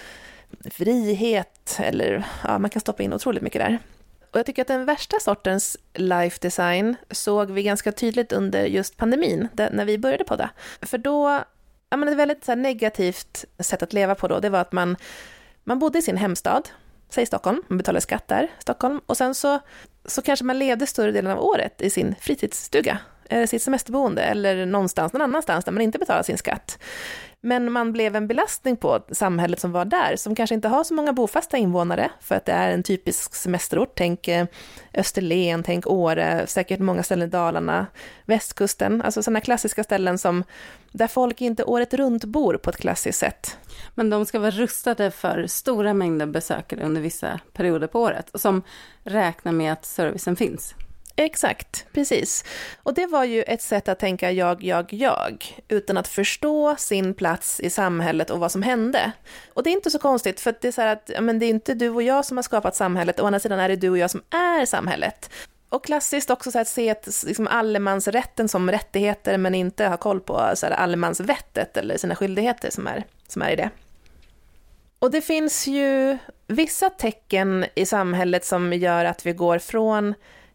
frihet, eller ja, man kan stoppa in otroligt mycket där. Och jag tycker att den värsta sortens life design såg vi ganska tydligt under just pandemin, när vi började podda. För då, ja, men ett väldigt så här negativt sätt att leva på då, det var att man bodde i sin hemstad, säg Stockholm, man betalade skatt där, Stockholm, och sen så kanske man levde större delen av året i sin fritidsstuga, eller sitt semesterboende, eller någon annanstans där man inte betalar sin skatt. Men man blev en belastning på samhället som var där, som kanske inte har så många bofasta invånare, för att det är en typisk semesterort. Tänk Österlen, tänk Åre, säkert många ställen i Dalarna, västkusten, alltså sådana klassiska ställen där folk inte året runt bor på ett klassiskt sätt.
Men de ska vara rustade för stora mängder besökare under vissa perioder på året, och som räknar med att servicen finns.
Exakt, precis. Och det var ju ett sätt att tänka jag, utan att förstå sin plats i samhället och vad som hände. Och det är inte så konstigt, för att det är så här att men det är inte du och jag som har skapat samhället, och å andra sidan är det du och jag som är samhället. Och klassiskt också så att se liksom allemansrätten som rättigheter, men inte ha koll på så här allemansvettet eller sina skyldigheter som är i det. Och det finns ju vissa tecken i samhället som gör att vi går från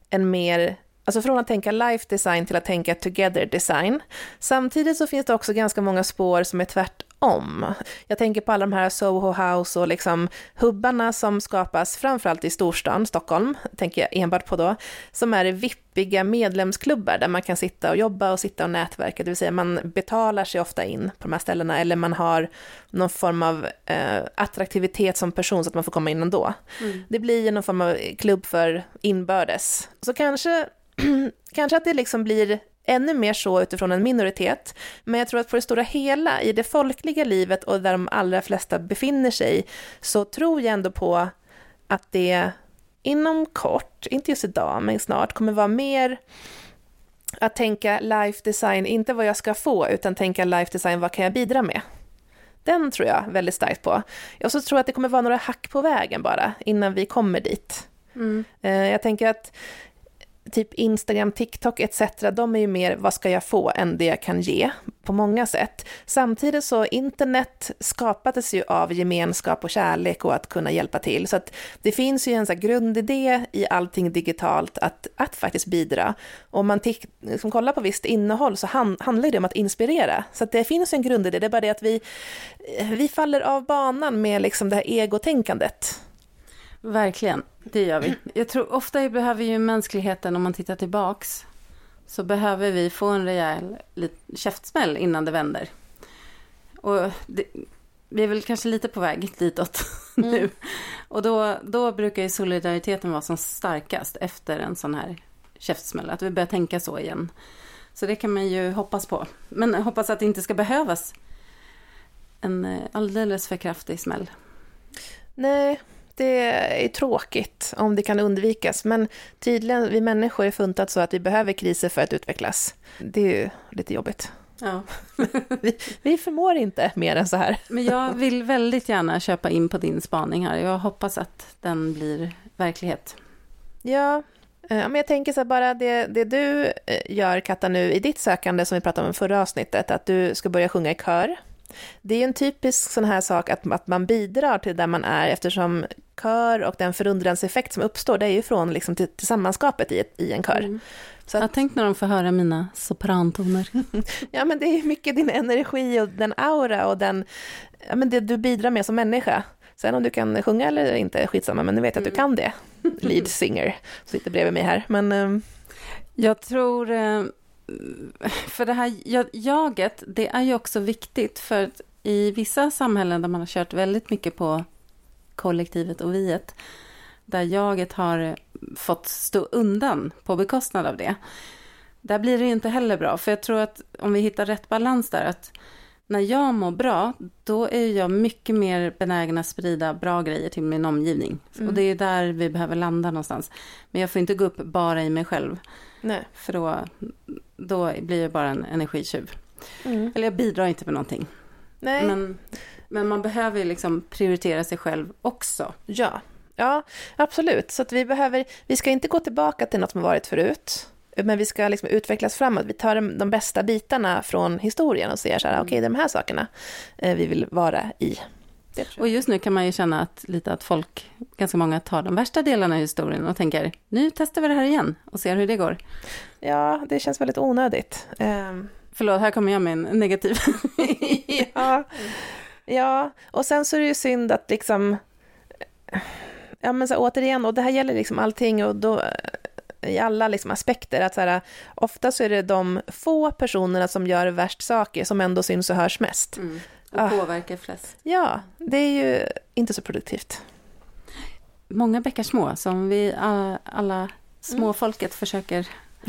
från att tänka life design till att tänka together design. Samtidigt så finns det också ganska många spår som är tvärtom. Jag tänker på alla de här Soho House och liksom hubbarna som skapas framförallt i storstan, Stockholm, tänker jag enbart på då, som är vippiga medlemsklubbar där man kan sitta och jobba och sitta och nätverka, det vill säga man betalar sig ofta in på de här ställena, eller man har någon form av attraktivitet som person så att man får komma in ändå. Det blir någon form av klubb för inbördes. Så kanske att det liksom blir ännu mer så utifrån en minoritet, men jag tror att på det stora hela i det folkliga livet och där de allra flesta befinner sig, så tror jag ändå på att det inom kort, inte just idag men snart, kommer vara mer att tänka life design, inte vad jag ska få, utan tänka life design, vad kan jag bidra med? Den tror jag väldigt starkt på. Och så tror jag att det kommer vara några hack på vägen bara innan vi kommer dit. Jag tänker att typ Instagram, TikTok etc. de är ju mer vad ska jag få än det jag kan ge på många sätt. Samtidigt så internet skapades ju av gemenskap och kärlek och att kunna hjälpa till. Så att det finns ju en sån här grundidé i allting digitalt att faktiskt bidra. Om man liksom kollar på visst innehåll så handlar det om att inspirera. Så att det finns en grundidé, det är bara det att vi faller av banan med liksom det här egotänkandet.
Verkligen, det gör vi. Jag tror ofta behöver ju mänskligheten, om man tittar tillbaks, så behöver vi få en rejäl käftsmäll innan det vänder. Och vi är väl kanske lite på väg ditåt nu. Och då brukar ju solidariteten vara som starkast efter en sån här käftsmäll. Att vi börjar tänka så igen. Så det kan man ju hoppas på. Men hoppas att det inte ska behövas en alldeles för kraftig smäll.
Nej, det är tråkigt om det kan undvikas, men tydligen vi människor är funtat så att vi behöver kriser för att utvecklas. Det är ju lite jobbigt.
Ja.
vi förmår inte mer än så här.
Men jag vill väldigt gärna köpa in på din spaning här. Jag hoppas att den blir verklighet.
Ja, men jag tänker så här, bara det du gör, Katta, nu i ditt sökande som vi pratade om i förra avsnittet, att du ska börja sjunga i kör. Det är en typisk sån här sak att man bidrar till där man är, eftersom kör och den förundranseffekt som uppstår, det är ju från liksom till sammanskapet i en kör. Så att,
jag tänkte när de får höra mina soprantoner.
Ja, men det är mycket din energi och den aura och det du bidrar med som människa. Sen om du kan sjunga eller inte, skitsamma, men nu vet jag att du kan det. Lead singer, sitter bredvid mig här. Men
jag tror, för det här jaget, det är ju också viktigt, för att i vissa samhällen där man har kört väldigt mycket på kollektivet och viet, där jaget har fått stå undan på bekostnad av det, där blir det inte heller bra. För jag tror att om vi hittar rätt balans där, att när jag mår bra, då är jag mycket mer benägen att sprida bra grejer till min omgivning. Och det är där vi behöver landa någonstans. Men jag får inte gå upp bara i mig själv.
nej.
För då blir jag bara en energitjuv. Eller jag bidrar inte med någonting.
Nej.
Men man behöver ju liksom prioritera sig själv också.
Ja, absolut. Så att vi ska inte gå tillbaka till något som har varit förut. Men vi ska liksom utvecklas framåt. Vi tar de bästa bitarna från historien och ser så här, okej, de här sakerna vi vill vara i.
Och just nu kan man ju känna att folk, ganska många, tar de värsta delarna i historien och tänker, nu testar vi det här igen och ser hur det går.
Ja, det känns väldigt onödigt.
Förlåt, här kommer jag med en negativ.
Ja, och sen så är det ju synd att liksom, ja men så återigen, och det här gäller liksom allting och då i alla liksom aspekter, att så här, ofta så är det de få personerna som gör värst saker som ändå syns och hörs mest.
Och påverkar flest.
Ja, det är ju inte så produktivt.
Många bäckar små, som vi alla småfolket försöker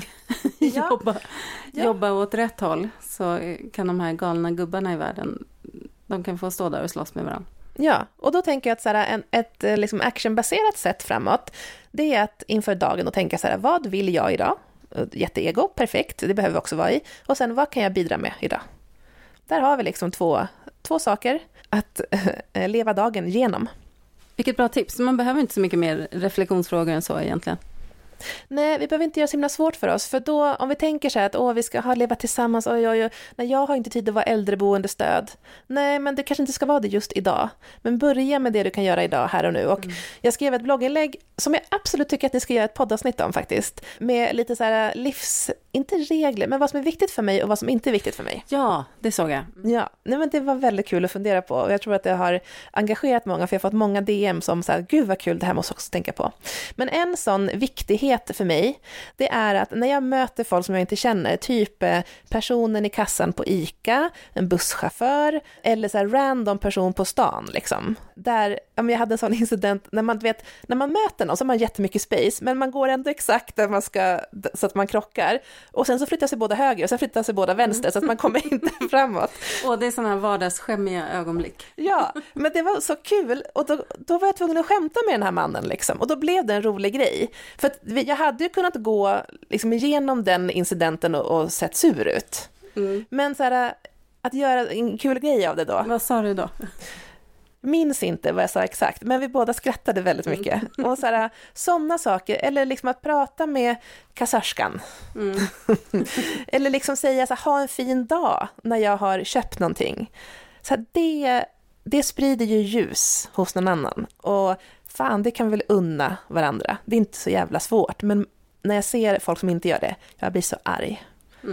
jobba åt rätt håll, så kan de här galna gubbarna i världen, de kan få stå där och slåss med varandra.
Ja, och då tänker jag att så här, ett liksom actionbaserat sätt framåt, det är att inför dagen och tänka så här, vad vill jag idag? Jätteego, perfekt, det behöver vi också vara i. Och sen, vad kan jag bidra med idag? Där har vi liksom två saker att leva dagen genom.
Vilket bra tips. Man behöver inte så mycket mer reflektionsfrågor än så egentligen.
Nej, vi behöver inte göra så himla svårt för oss. För då, om vi tänker så här att vi ska leva tillsammans, nej, jag har inte tid att vara äldreboendestöd. Nej, men det kanske inte ska vara det just idag. Men börja med det du kan göra idag, här och nu. Och jag skrev ett blogginlägg som jag absolut tycker att ni ska göra ett poddavsnitt om faktiskt. Med lite så här inte regler, men vad som är viktigt för mig och vad som inte är viktigt för mig.
Ja, det såg jag.
Ja, nej, men det var väldigt kul att fundera på. Och jag tror att det har engagerat många, för jag har fått många DM som så här, gud vad kul, det här måste jag också tänka på. Men en sån viktighet för mig, det är att när jag möter folk som jag inte känner, typ personen i kassan på ICA, en busschaufför eller så här random person på stan liksom. Där, jag hade en sån incident när man möter någon så har man jättemycket space, men man går ändå exakt där man ska, så att man krockar, och sen så flyttar sig båda höger och sen flyttar sig båda vänster så att man kommer inte framåt.
Och det är sådana här vardagsskämmiga ögonblick.
Ja, men det var så kul, och då var jag tvungen att skämta med den här mannen liksom, och då blev det en rolig grej. För att jag hade ju kunnat gå liksom igenom den incidenten och sett sur ut. Men så här, att göra en kul grej av det då.
Vad sa du då?
Minns inte vad jag sa exakt, men vi båda skrattade väldigt mycket. Och så här, sådana saker, eller liksom att prata med kassörskan. Eller liksom säga så här, ha en fin dag när jag har köpt någonting. Så här, det sprider ju ljus hos någon annan. Och fan, det kan vi väl unna varandra. Det är inte så jävla svårt, men när jag ser folk som inte gör det, jag blir så arg.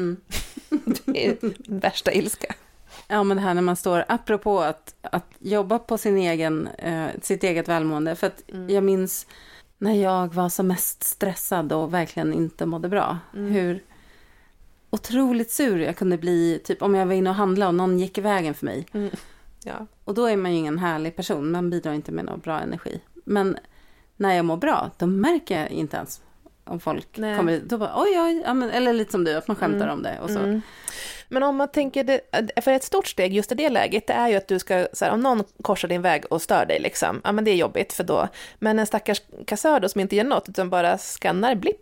Det är värsta ilska.
Ja, men det här när man står, apropå att jobba på sitt eget välmående. För att jag minns när jag var som mest stressad och verkligen inte mådde bra. Hur otroligt sur jag kunde bli, typ om jag var inne och handlade och någon gick i vägen för mig.
Ja.
Och då är man ju ingen härlig person, man bidrar inte med någon bra energi. Men när jag mår bra, då märker jag inte ens om folk kommer, då bara oj, ja, men, eller lite som du, att man skämtar om det och så.
Men om man tänker det, för ett stort steg just i det läget, det är ju att du ska, så här, om någon korsar din väg och stör dig liksom, ja men det är jobbigt för då, men en stackars kassör då som inte gör något utan bara skannar blipp.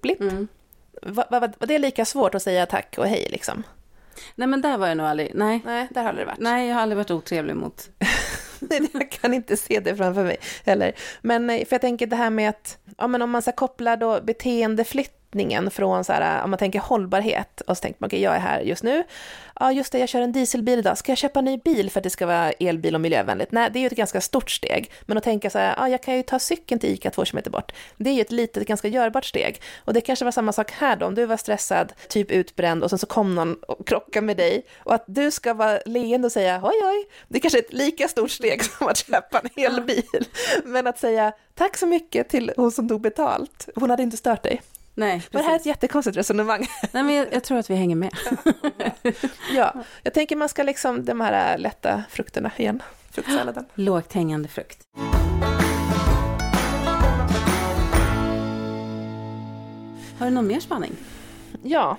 Var det lika svårt att säga tack och hej liksom? Nej,
men där var jag nog aldrig, nej
där har det varit.
Nej, jag har aldrig varit otrevlig mot.
Jag kan inte se det framför mig heller. Men för jag tänker det här med att, ja men om man ska koppla då beteendeflytt riktningen från så här, om man tänker hållbarhet och så tänker man okej, jag är här just nu. Ja, just det, jag kör en dieselbil idag. Ska jag köpa en ny bil för att det ska vara elbil och miljövänligt? Nej, det är ju ett ganska stort steg. Men att tänka så här, ja, jag kan ju ta cykeln till ICA 2 kilometer bort. Det är ju ett litet, ganska görbart steg. Och det kanske var samma sak här då. Om du var stressad, typ utbränd och sen så kom någon och krockade med dig. Och att du ska vara leende och säga, oj, oj. Det är kanske ett lika stort steg som att köpa en hel bil. Men att säga, tack så mycket till hon som tog betalt. Hon hade inte stört dig.
Nej, precis.
Men det här är ett jättekonstigt resonemang.
Nej, men jag tror att vi hänger med.
Ja, jag tänker man ska liksom de här lätta frukterna igen. Fruktsalladen.
Lågt hängande frukt. Har du någon mer spaning?
Ja,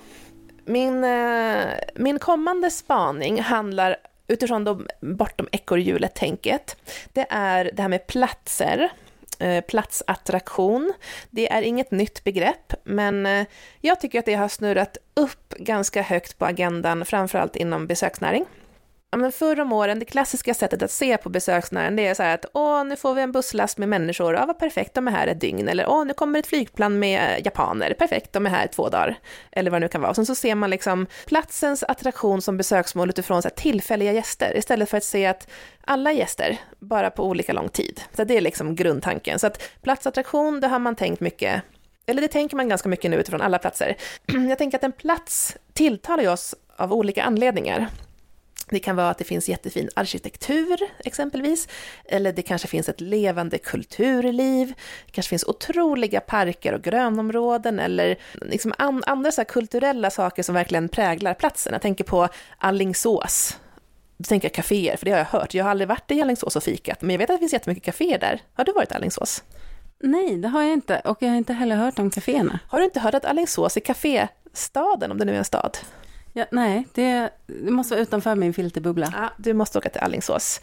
min kommande spaning handlar utifrån då bortom ekorrhjulet-tänket. Det är det här med platser. Platsattraktion. Det är inget nytt begrepp, men jag tycker att det har snurrat upp ganska högt på agendan, framförallt inom besöksnäring. Ja, men förr om åren, det klassiska sättet att se på besöksnäringen, det är så här att nu får vi en busslast med människor, vad perfekt, de är här ett dygn, eller nu kommer ett flygplan med japaner, perfekt, de är här 2 dagar, eller vad det nu kan vara. Och sen så ser man liksom platsens attraktion som besöksmål utifrån så här tillfälliga gäster, istället för att se att alla gäster, bara på olika lång tid. Så det är liksom grundtanken. Så att platsattraktion, det har man tänkt mycket, eller det tänker man ganska mycket nu utifrån alla platser. Jag tänker att en plats tilltalar oss av olika anledningar. Det kan vara att det finns jättefin arkitektur exempelvis, eller det kanske finns ett levande kulturliv, det kanske finns otroliga parker och grönområden, eller liksom andra så här kulturella saker som verkligen präglar platsen. Jag tänker på Alingsås. Då tänker jag kaféer, för det har jag hört. Jag har aldrig varit i Alingsås och fikat, men jag vet att det finns jättemycket kaféer där. Har du varit i Alingsås?
Nej, det har jag inte. Och jag har inte heller hört om kaféerna.
Har du inte hört att Alingsås är kaféstaden, om det nu är en stad?
Ja, nej, det måste vara utanför min filterbubbla.
Ja, du måste åka till Alingsås.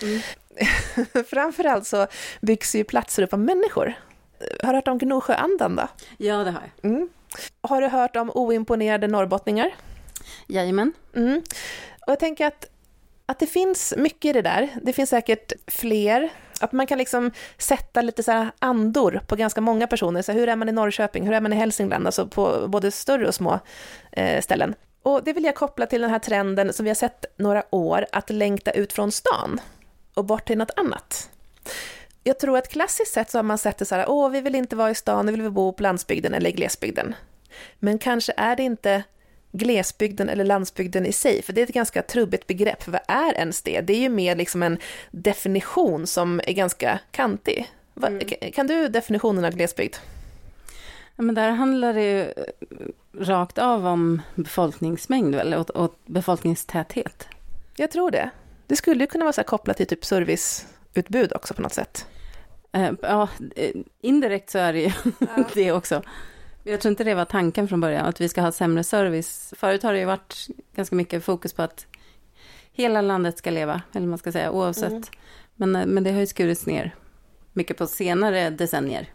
Framförallt så byggs ju platser upp av människor. Har du hört om Gnosjöandan då?
Ja, det har jag.
Har du hört om oimponerade norrbottningar?
Jajamän.
Och jag tänker att det finns mycket i det där. Det finns säkert fler. Att man kan liksom sätta lite så här andor på ganska många personer. Så hur är man i Norrköping? Hur är man i Hälsingland? Alltså på både större och små ställen. Och det vill jag koppla till den här trenden som vi har sett några år, att längta ut från stan och bort till något annat. Jag tror att klassiskt sett så har man sett det så här, vi vill inte vara i stan, vi vill bo på landsbygden eller i glesbygden. Men kanske är det inte glesbygden eller landsbygden i sig, för det är ett ganska trubbigt begrepp. Vad är ens det? Det är ju mer liksom en definition som är ganska kantig. Kan du definitionen av glesbygd?
Ja, men där handlar det ju rakt av om befolkningsmängd eller och befolkningstäthet. Jag
tror det. Det skulle ju kunna vara så här kopplat till typ serviceutbud också på något sätt.
Ja, indirekt så är det ju det också. Jag tror inte det var tanken från början, att vi ska ha sämre service. Förut har det ju varit ganska mycket fokus på att hela landet ska leva, eller man ska säga, oavsett. Men det har ju skurits ner mycket på senare decennier.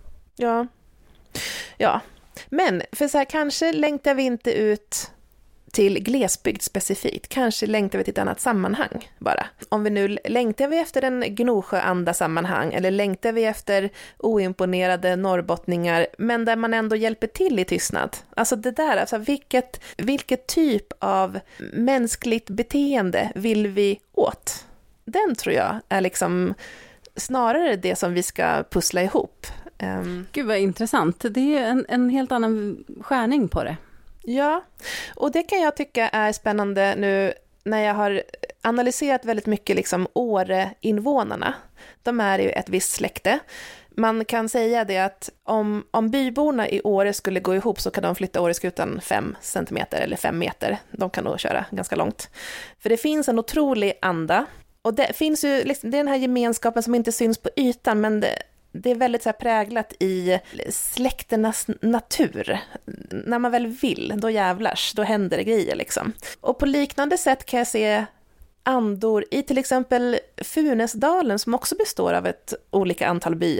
Ja, men för så här, kanske längtar vi inte ut till glesbygd specifikt. Kanske längtar vi till ett annat sammanhang bara. Om vi nu längtar vi efter en Gnosjöanda sammanhang, eller längtar vi efter oimponerade norrbottningar, men där man ändå hjälper till i tystnad. Alltså det där, alltså vilket typ av mänskligt beteende vill vi åt? Den tror jag är liksom snarare det som vi ska pussla ihop.
Gud vad intressant. Det är en helt annan skärning på det.
Ja, och det kan jag tycka är spännande nu när jag har analyserat väldigt mycket liksom Åre-invånarna. De är ju ett visst släkte. Man kan säga det att om byborna i Åre skulle gå ihop så kan de flytta Åreskutan 5 centimeter eller 5 meter. De kan nog köra ganska långt. För det finns en otrolig anda. Och det finns ju liksom, det är den här gemenskapen som inte syns på ytan, men det är väldigt så här präglat i släkternas natur. När man väl vill, då jävlars, då händer det grejer liksom. Och på liknande sätt kan jag se andor i till exempel Funäsdalen, som också består av ett olika antal byar.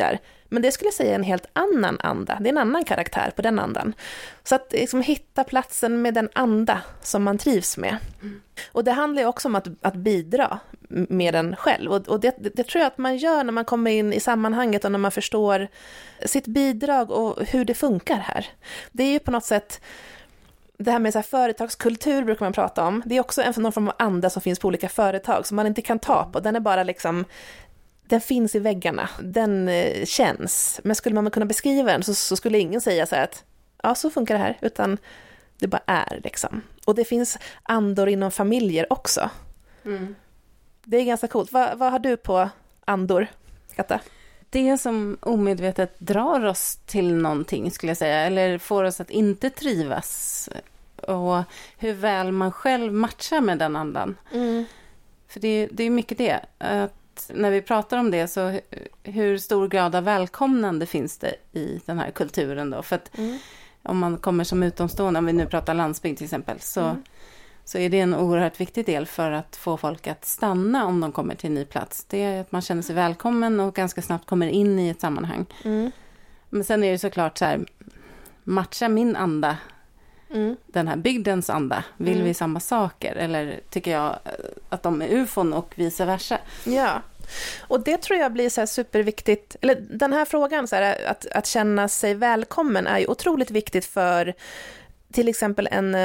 Men det skulle jag säga är en helt annan anda. Det är en annan karaktär på den andan. Så att liksom hitta platsen med den anda som man trivs med. Och det handlar ju också om att bidra med den själv. Och det tror jag att man gör när man kommer in i sammanhanget och när man förstår sitt bidrag och hur det funkar här. Det är ju på något sätt, det här med så här företagskultur brukar man prata om. Det är också någon form av anda som finns på olika företag som man inte kan ta på. Den är bara liksom, den finns i väggarna. Den känns. Men skulle man kunna beskriva den så skulle ingen säga så här att ja, så funkar det här. Utan det bara är liksom. Och det finns andor inom familjer också. Mm. Det är ganska coolt. Vad har du på andor, Katta?
Det som omedvetet drar oss till någonting, skulle jag säga. Eller får oss att inte trivas. Och hur väl man själv matchar med den andan. Mm. För det är mycket det. Att när vi pratar om det, så hur stor grad av välkomnande finns det i den här kulturen då? För att om man kommer som utomstående, om vi nu pratar landsbygd till exempel, så är det en oerhört viktig del för att få folk att stanna om de kommer till en ny plats. Det är att man känner sig välkommen och ganska snabbt kommer in i ett sammanhang. Mm. Men sen är det såklart så här, matcha min anda, den här bygdens anda. Vill vi samma saker? Eller tycker jag att de är ufon och vice versa?
Ja, och det tror jag blir så här superviktigt. Eller den här frågan, så här, att känna sig välkommen, är ju otroligt viktigt för till exempel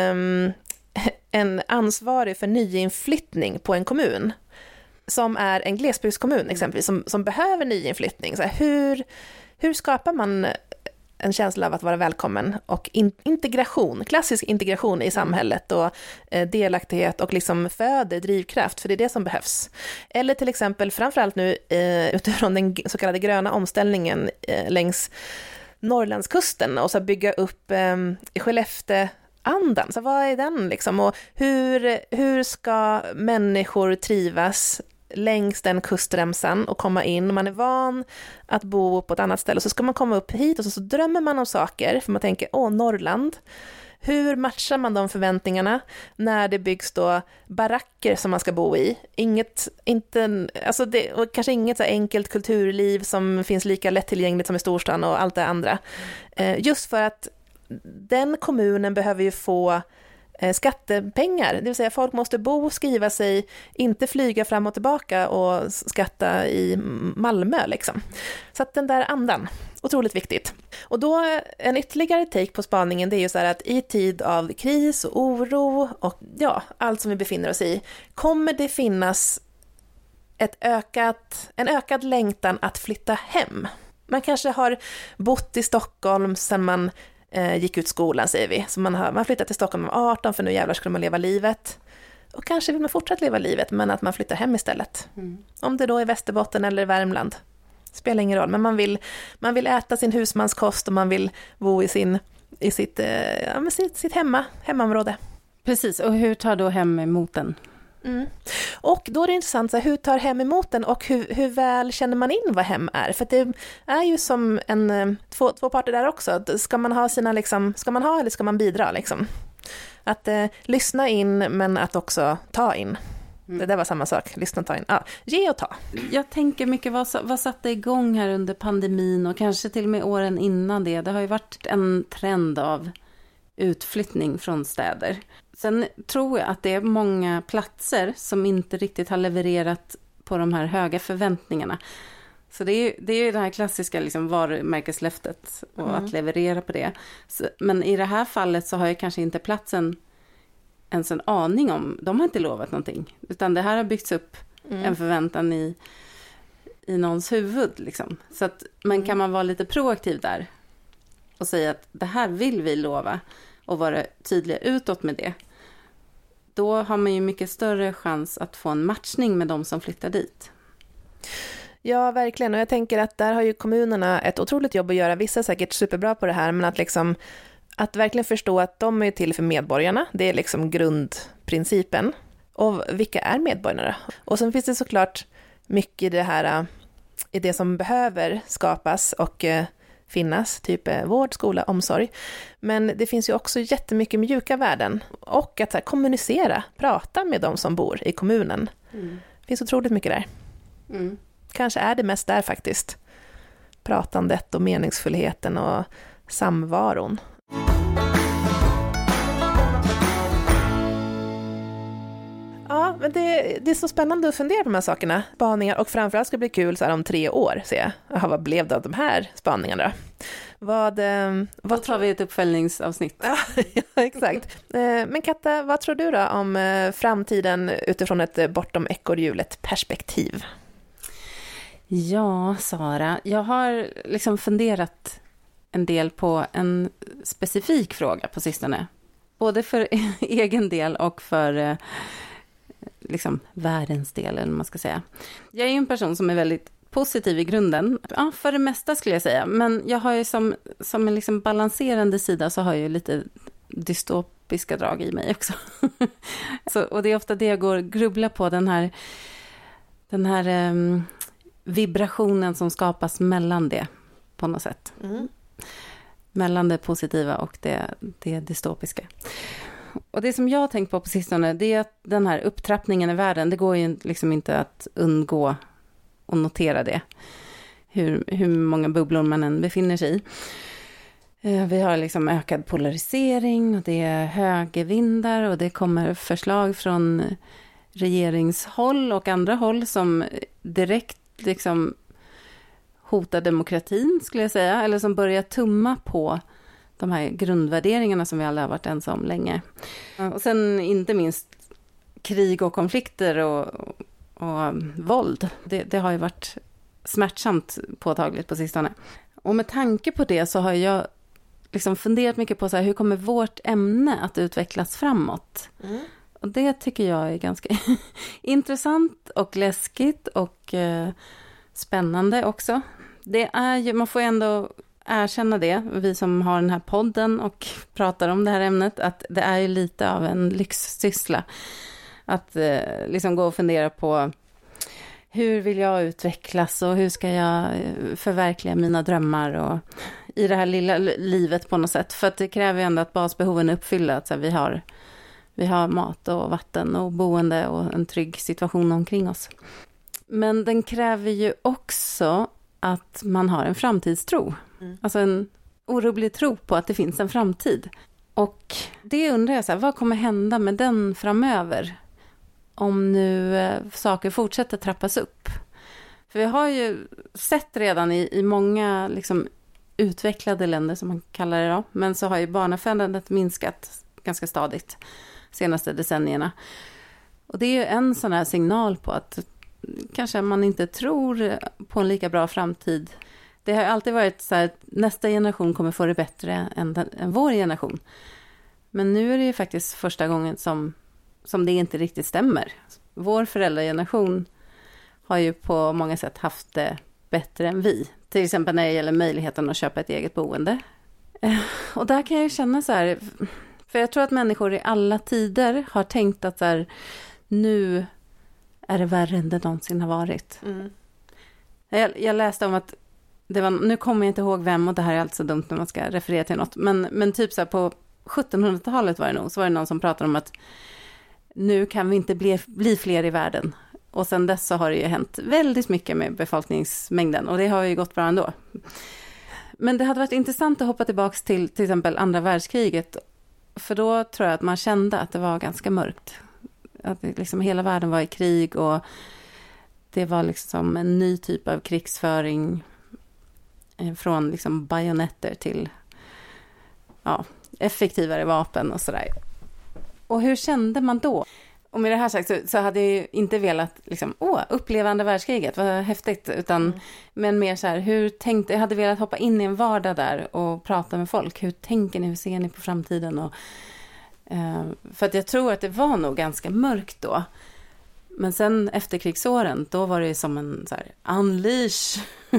en ansvarig för nyinflyttning på en kommun som är en glesbygdskommun exempelvis, som behöver nyinflyttning. Så här, hur skapar man en känsla av att vara välkommen och integration, klassisk integration i samhället och delaktighet och liksom föder drivkraft, för det är det som behövs. Eller till exempel framförallt nu utifrån den så kallade gröna omställningen längs Norrlandskusten och så bygga upp Skellefteå-andan. Så vad är den liksom? Och hur ska människor trivas längs den kustremsan och komma in? Man är van att bo på ett annat ställe, och så ska man komma upp hit och så drömmer man om saker, för man tänker, Norrland. Hur matchar man de förväntningarna när det byggs då baracker som man ska bo i? Och kanske inget så enkelt kulturliv som finns lika lättillgängligt som i storstan och allt det andra. Just för att den kommunen behöver ju få skattepengar, det vill säga folk måste bo, skriva sig, inte flyga fram och tillbaka och skatta i Malmö liksom. Så att den där andan, otroligt viktigt. Och då en ytterligare take på spaningen, det är ju så här att i tid av kris och oro och allt som vi befinner oss i, kommer det finnas en ökad längtan att flytta hem. Man kanske har bott i Stockholm sedan man gick ut skolan, säger vi. Så man flyttat till Stockholm 18, för nu jävlar skulle man leva livet. Och kanske vill man fortsätta leva livet, men att man flyttar hem istället. Om det då är Västerbotten eller Värmland, spelar ingen roll. Men man vill äta sin husmanskost och man vill bo i sitt hemområde.
Precis, och hur tar då hem emot den?
Och då är det intressant, så här, hur tar hem emot den och hur väl känner man in vad hem är? För det är ju som två parter där också. Ska man ha ska man ha eller ska man bidra liksom? Att lyssna in, men att också ta in. Det där var samma sak, lyssna och ta in. Ge och ta.
Jag tänker mycket, vad satte igång här under pandemin och kanske till och med åren innan det? Det har ju varit en trend av utflyttning från städer. Sen tror jag att det är många platser som inte riktigt har levererat på de här höga förväntningarna. Så det är ju det här klassiska liksom varumärkeslöftet och att leverera på det. Men i det här fallet så har jag kanske inte platsen ens en aning om. De har inte lovat någonting. Utan det här har byggts upp en förväntan i någons huvud. Liksom. Så att, men kan man vara lite proaktiv där och säga att det här vill vi lova och vara tydliga utåt med det, då har man ju mycket större chans att få en matchning med de som flyttar dit.
Ja, verkligen. Och jag tänker att där har ju kommunerna ett otroligt jobb att göra. Vissa är säkert superbra på det här, men att verkligen förstå att de är till för medborgarna. Det är liksom grundprincipen. Och vilka är medborgarna? Och sen finns det såklart mycket i det som behöver skapas och finnas, typ vård, skola, omsorg. Men det finns ju också jättemycket mjuka värden. Och att kommunicera, prata med de som bor i kommunen. Det finns otroligt mycket där. Kanske är det mest där faktiskt. pratandet och meningsfullheten och samvaron. Ja, men det är så spännande att fundera på de här sakerna. Spaningar, och framförallt ska det bli kul så här om 3 år, ser jag. Jaha, vad blev det av de här spaningarna då?
Vad tar vi ett uppföljningsavsnitt?
Ja, exakt. Men Katta, vad tror du då om framtiden utifrån ett bortom ekorrhjulet perspektiv?
Ja, Sara, jag har liksom funderat en del på en specifik fråga på sistone. Både för egen del och för liksom världens del, eller man ska säga. Jag är ju en person som är väldigt positiv i grunden. Ja, för det mesta skulle jag säga. Men jag har ju som en liksom balanserande sida så har jag ju lite dystopiska drag i mig också. Och det är ofta det jag går och grubblar på, den här vibrationen som skapas mellan det på något sätt. Mm. Mellan det positiva och det dystopiska. Och det som jag har tänkt på sistone, det är att den här upptrappningen i världen, det går ju liksom inte att undgå och notera det. Hur många bubblor man än befinner sig i. Vi har liksom ökad polarisering och det är högervindar och det kommer förslag från regeringshåll och andra håll som direkt liksom hotar demokratin, skulle jag säga, eller som börjar tumma på de här grundvärderingarna som vi alla har varit ensam länge. Och sen inte minst krig och konflikter och våld. Det har ju varit smärtsamt påtagligt på sistone. Och med tanke på det så har jag liksom funderat mycket på så här, hur kommer vårt ämne att utvecklas framåt? Mm. Och det tycker jag är ganska intressant och läskigt och spännande också. Det är ju, man får ändå erkänna det, vi som har den här podden och pratar om det här ämnet, att det är ju lite av en lyxsyssla att liksom gå och fundera på hur vill jag utvecklas och hur ska jag förverkliga mina drömmar och i det här lilla livet på något sätt, för att det kräver ju ändå att basbehoven är uppfyllda, att så här, vi har mat och vatten och boende och en trygg situation omkring oss. Men den kräver ju också att man har en framtidstro. Mm. Alltså en orubblig tro på att det finns en framtid. Och det undrar jag, så här, vad kommer hända med den framöver? Om nu saker fortsätter trappas upp. För vi har ju sett redan i många liksom utvecklade länder, som man kallar det då. Men så har ju barnafödandet minskat ganska stadigt de senaste decennierna. Och det är ju en sån här signal på att kanske man inte tror på en lika bra framtid. Det har alltid varit så här att nästa generation kommer få det bättre än vår generation. Men nu är det ju faktiskt första gången som det inte riktigt stämmer. Vår föräldrageneration har ju på många sätt haft det bättre än vi. Till exempel när det gäller möjligheten att köpa ett eget boende. Och där kan jag känna så här, för jag tror att människor i alla tider har tänkt att så här, nu är det värre än det någonsin har varit. Mm. Jag läste om att det var, nu kommer jag inte ihåg vem, och det här är alltså dumt när man ska referera till något, men typ så här på 1700-talet var det nog, så var det någon som pratade om att nu kan vi inte bli fler i världen. Och sen dess så har det ju hänt väldigt mycket med befolkningsmängden, och det har ju gått bra ändå. Men det hade varit intressant att hoppa tillbaka till exempel andra världskriget, för då tror jag att man kände att det var ganska mörkt. Att liksom hela världen var i krig och det var liksom en ny typ av krigsföring från liksom bajonetter till effektivare vapen och sådär. Och hur kände man då? Och med det här sagt så hade jag inte velat liksom, uppleva andra världskriget, vad häftigt, utan men mer så här, jag hade velat hoppa in i en vardag där och prata med folk. Hur tänker ni, hur ser ni på framtiden? Och för att jag tror att det var nog ganska mörkt då. Men sen efter krigsåren, då var det som en så här, unleash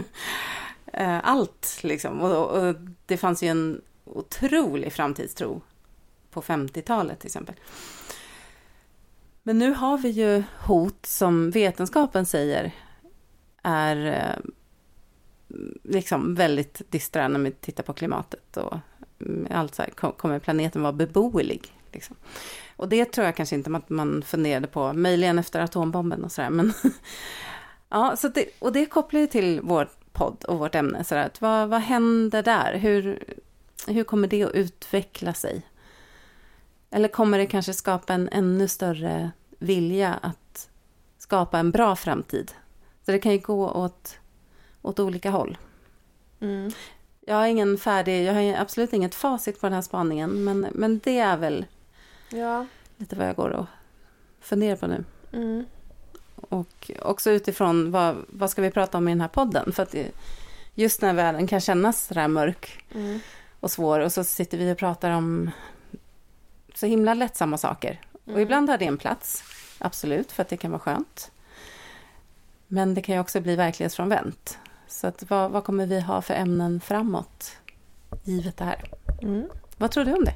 allt liksom. Och det fanns ju en otrolig framtidstro på 50-talet till exempel. Men nu har vi ju hot som vetenskapen säger är liksom väldigt dystra när vi tittar på klimatet och allt så här, kommer planeten vara beboelig liksom. Och det tror jag kanske inte att man funderade på, möjligen efter atombomben och sådär, men ja, så det kopplar ju till vår podd och vårt ämne. Så att vad händer där? Hur kommer det att utveckla sig? Eller kommer det kanske skapa en ännu större vilja att skapa en bra framtid? Så det kan ju gå åt olika håll.
Mm.
Jag har absolut inget facit på den här spaningen. Men det är väl lite vad jag går och funderar på nu.
Mm.
Och också utifrån vad ska vi prata om i den här podden? För att just när världen kan kännas så där mörk och svår. Och så sitter vi och pratar om så himla lättsamma saker. Och ibland har det en plats. Absolut, för att det kan vara skönt. Men det kan ju också bli verklighetsfrånvänt. Så att vad kommer vi ha för ämnen framåt? Givet det här. Vad tror du om det?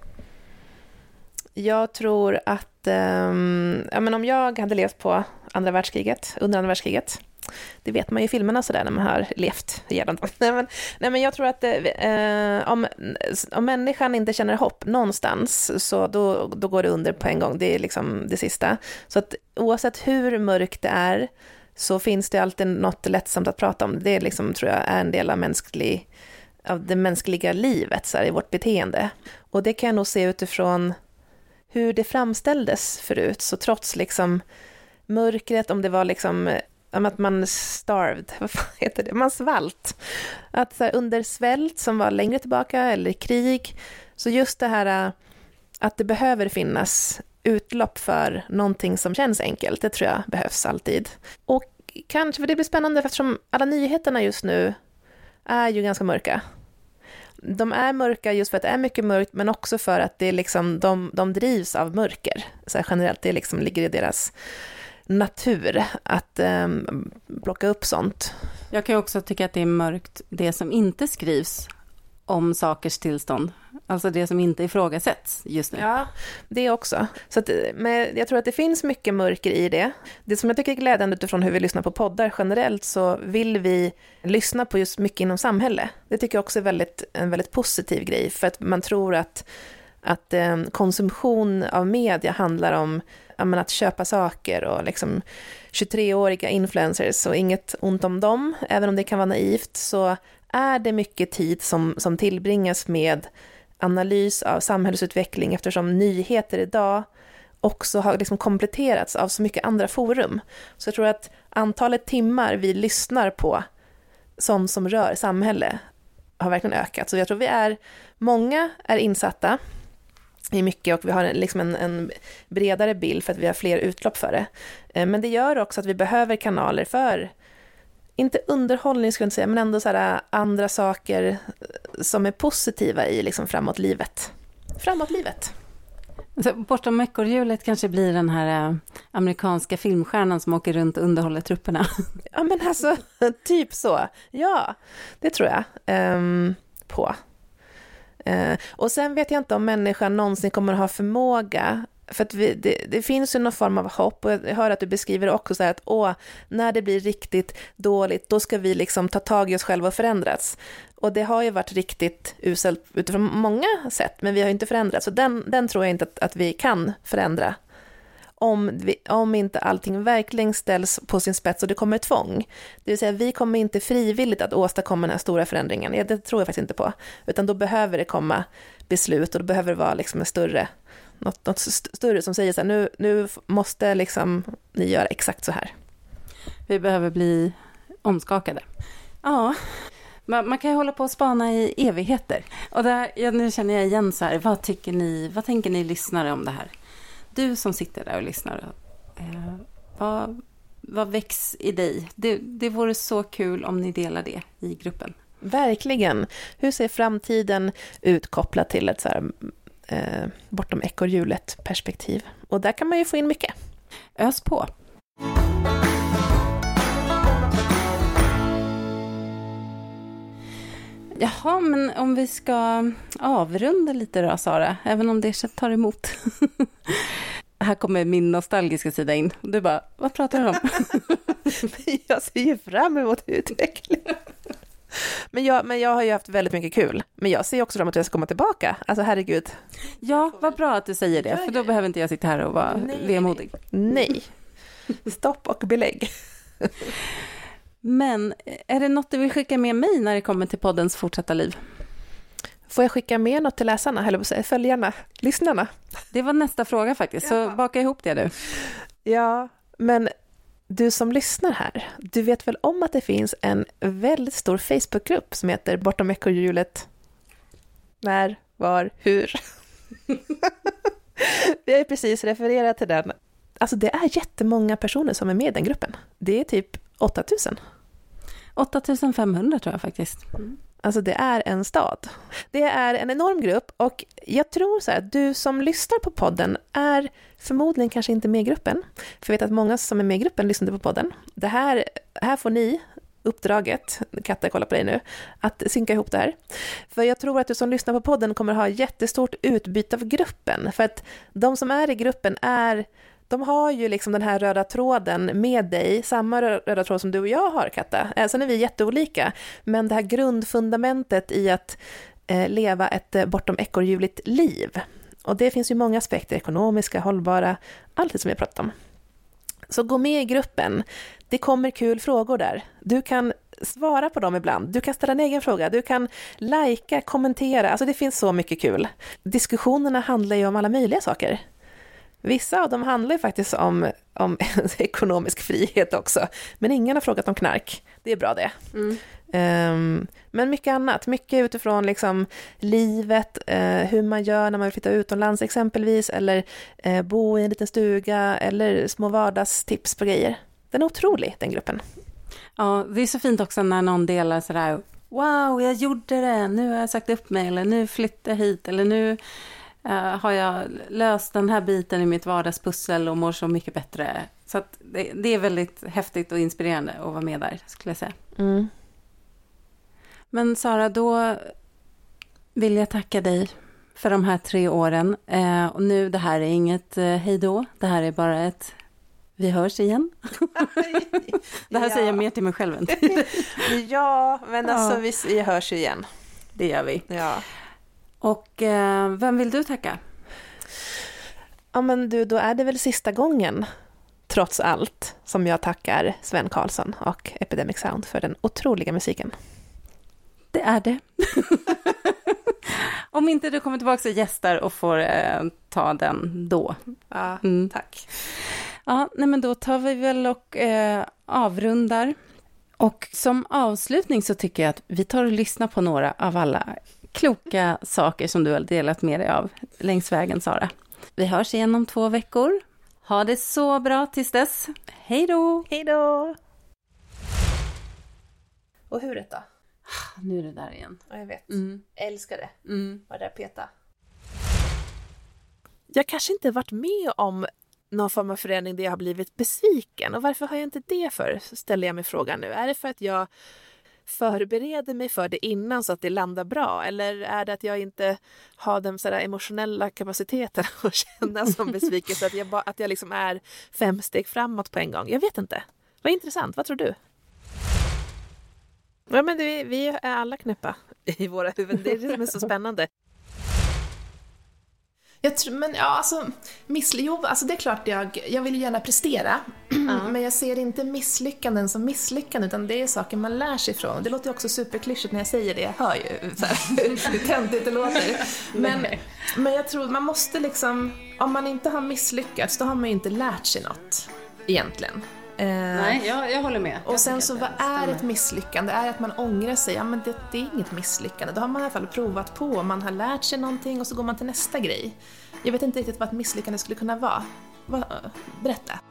Jag tror att om jag hade levt på under andra världskriget, det vet man ju i filmerna sådär när man har levt igenom. Nej men jag tror att om människan inte känner hopp någonstans, så då går det under på en gång. Det är liksom det sista. Så att oavsett hur mörkt det är, så finns det alltid något lättsamt att prata om. Det är liksom, tror jag, är en del av det mänskliga livet så här, i vårt beteende. Och det kan jag nog se utifrån hur det framställdes förut. Så trots liksom mörkret, om det var liksom att man starved, vad fan heter det? Man svalt. Att så här, under svält som var längre tillbaka eller krig, så just det här att det behöver finnas utlopp för någonting som känns enkelt, det tror jag behövs alltid. Och kanske, för det blir spännande eftersom alla nyheterna just nu är ju ganska mörka. De är mörka just för att det är mycket mörkt, men också för att det är liksom, de drivs av mörker. Så generellt, det liksom ligger i deras natur att plocka upp sånt.
Jag kan ju också tycka att det är mörkt det som inte skrivs om sakers tillstånd. Alltså det som inte ifrågasätts just nu.
Ja, det också. Så att, men jag tror att det finns mycket mörker i det. Det som jag tycker är glädjande utifrån hur vi lyssnar på poddar generellt, så vill vi lyssna på just mycket inom samhälle. Det tycker jag också är en väldigt positiv grej, för att man tror att konsumtion av media handlar om att köpa saker och liksom 23-åriga influencers, och inget ont om dem, även om det kan vara naivt, så är det mycket tid som tillbringas med analys av samhällsutveckling, eftersom nyheter idag också har liksom kompletterats av så mycket andra forum. Så jag tror att antalet timmar vi lyssnar på sånt som rör samhälle har verkligen ökat. Så jag tror många är insatta i mycket, och vi har en bredare bild för att vi har fler utlopp för det. Men det gör också att vi behöver kanaler för, inte underhållning skulle jag inte säga, men ändå så här andra saker som är positiva i liksom framåt livet.
Så bortom ekorrhjulet kanske blir den här amerikanska filmstjärnan som åker runt och underhåller trupperna.
Ja, men alltså typ så. Ja, det tror jag på. Och sen vet jag inte om människan någonsin kommer att ha förmåga, för att det finns ju någon form av hopp, och jag hör att du beskriver också så här att när det blir riktigt dåligt, då ska vi liksom ta tag i oss själva och förändras. Och det har ju varit riktigt uselt utifrån många sätt, men vi har ju inte förändrats. Så den tror jag inte att vi kan förändra. Om inte allting verkligen ställs på sin spets och det kommer tvång. Det vill säga, vi kommer inte frivilligt att åstadkomma den här stora förändringen. Det tror jag faktiskt inte på. Utan då behöver det komma beslut, och då behöver det vara liksom något större som säger så här, nu måste liksom ni göra exakt så här.
Vi behöver bli omskakade. Ja, man kan ju hålla på och spana i evigheter. Och nu känner jag igen så här, vad tänker ni lyssnare om det här? Du som sitter där och lyssnar, vad väcks i dig? Det vore så kul om ni delar det i gruppen.
Verkligen. Hur ser framtiden ut kopplat till ett så här, bortom ekorrhjulet perspektiv? Och där kan man ju få in mycket.
Ös på. Jaha, men om vi ska avrunda lite då, Sara, även om det tar emot. Här kommer min nostalgiska sida in. Du bara, vad pratar du om?
Jag ser ju fram emot utveckling. Men jag har ju haft väldigt mycket kul. Men jag ser också fram emot att jag ska komma tillbaka. Alltså herregud.
Ja, vad bra att du säger det. För då behöver inte jag sitta här och vara vemodig.
Nej. Stopp och belägg.
Men är det något du vill skicka med mig när det kommer till poddens fortsatta liv?
Får jag skicka med något till läsarna, eller säga följarna, lyssnarna?
Det var nästa fråga faktiskt, så baka ihop det du.
Ja, men du som lyssnar här, du vet väl om att det finns en väldigt stor Facebookgrupp som heter Bortom ekorrhjulet. När, var, hur? Vi har ju precis refererat till den. Alltså det är jättemånga personer som är med i den gruppen. Det är typ 8000.
8500 tror jag faktiskt.
Alltså det är en stad. Det är en enorm grupp och jag tror så här, du som lyssnar på podden är förmodligen kanske inte med i gruppen. För jag vet att många som är med i gruppen lyssnar på podden. Det här får ni uppdraget, Katta kolla på dig nu, att synka ihop det här. För jag tror att du som lyssnar på podden kommer ha jättestort utbyte av gruppen. För att de som är i gruppen de har ju liksom den här röda tråden med dig, samma röda tråd som du och jag har, Katta. Sen är vi jätteolika, men det här grundfundamentet i att leva ett bortom ekorrhjuligt liv. Och det finns ju många aspekter, ekonomiska, hållbara, allt det som vi har pratat om. Så gå med i gruppen. Det kommer kul frågor där. Du kan svara på dem ibland. Du kan ställa en egen fråga. Du kan likea, kommentera. Alltså det finns så mycket kul. Diskussionerna handlar ju om alla möjliga saker. Vissa av dem handlar ju faktiskt om ekonomisk frihet också. Men ingen har frågat om knark. Det är bra det. Men mycket annat. Mycket utifrån liksom livet, hur man gör när man vill flytta utomlands exempelvis. Eller bo i en liten stuga. Eller små vardagstips på grejer. Den är otrolig, den gruppen.
Ja, det är så fint också när någon delar sådär, wow, jag gjorde det, nu har jag sagt upp mig, eller nu flyttar jag hit, eller nu har jag löst den här biten i mitt vardagspussel och mår så mycket bättre. Så att det är väldigt häftigt och inspirerande att vara med där, skulle jag säga. Men Sara, då vill jag tacka dig för de här 3 åren. Och nu, det här är inget hejdå, det här är bara ett vi hörs igen. Det här säger jag mer till mig själv än till dig.
Ja, men alltså vi hörs igen.
Det gör vi.
Ja.
Och vem vill du tacka?
Ja men du, då är det väl sista gången, trots allt, som jag tackar Sven Karlsson och Epidemic Sound för den otroliga musiken.
Det är det. Om inte du kommer tillbaka och gästar och får ta den då.
Ja, tack.
Ja, nej men då tar vi väl och avrundar. Och som avslutning så tycker jag att vi tar och lyssnar på några av alla kloka saker som du har delat med dig av längs vägen, Sara. Vi hörs igen om 2 veckor. Ha det så bra tills dess. Hej då!
Hej då! Och hur då?
Nu är det där igen.
Ja, jag vet. Jag älskar det. Var där peta. Jag kanske inte varit med om någon form av förändring där jag har blivit besviken. Och varför har jag inte det för? Ställer jag mig frågan nu. Är det för att jag förbereder mig för det innan så att det landar bra? Eller är det att jag inte har den sådär emotionella kapaciteten att känna som besvikelse? Att jag liksom är 5 steg framåt på en gång? Jag vet inte. Vad intressant. Vad tror du? Ja, men vi är alla knäppa i våra huvuden. Det är det som är så spännande.
Jag tror, men ja, alltså, det är klart jag vill gärna prestera, men jag ser inte misslyckanden som misslyckanden, utan det är saker man lär sig från. Det låter ju också superklyschigt när jag säger det, jag hör ju så här, hur töntigt det låter. Men jag tror man måste liksom, om man inte har misslyckats, då har man ju inte lärt sig något egentligen.
Nej, jag håller med.
Och sen så vad är ett misslyckande? Är att man ångrar sig? Ja, men det är inget misslyckande. Då har man i alla fall provat på. Man har lärt sig någonting och så går man till nästa grej. Jag vet inte riktigt vad ett misslyckande skulle kunna vara. Berätta.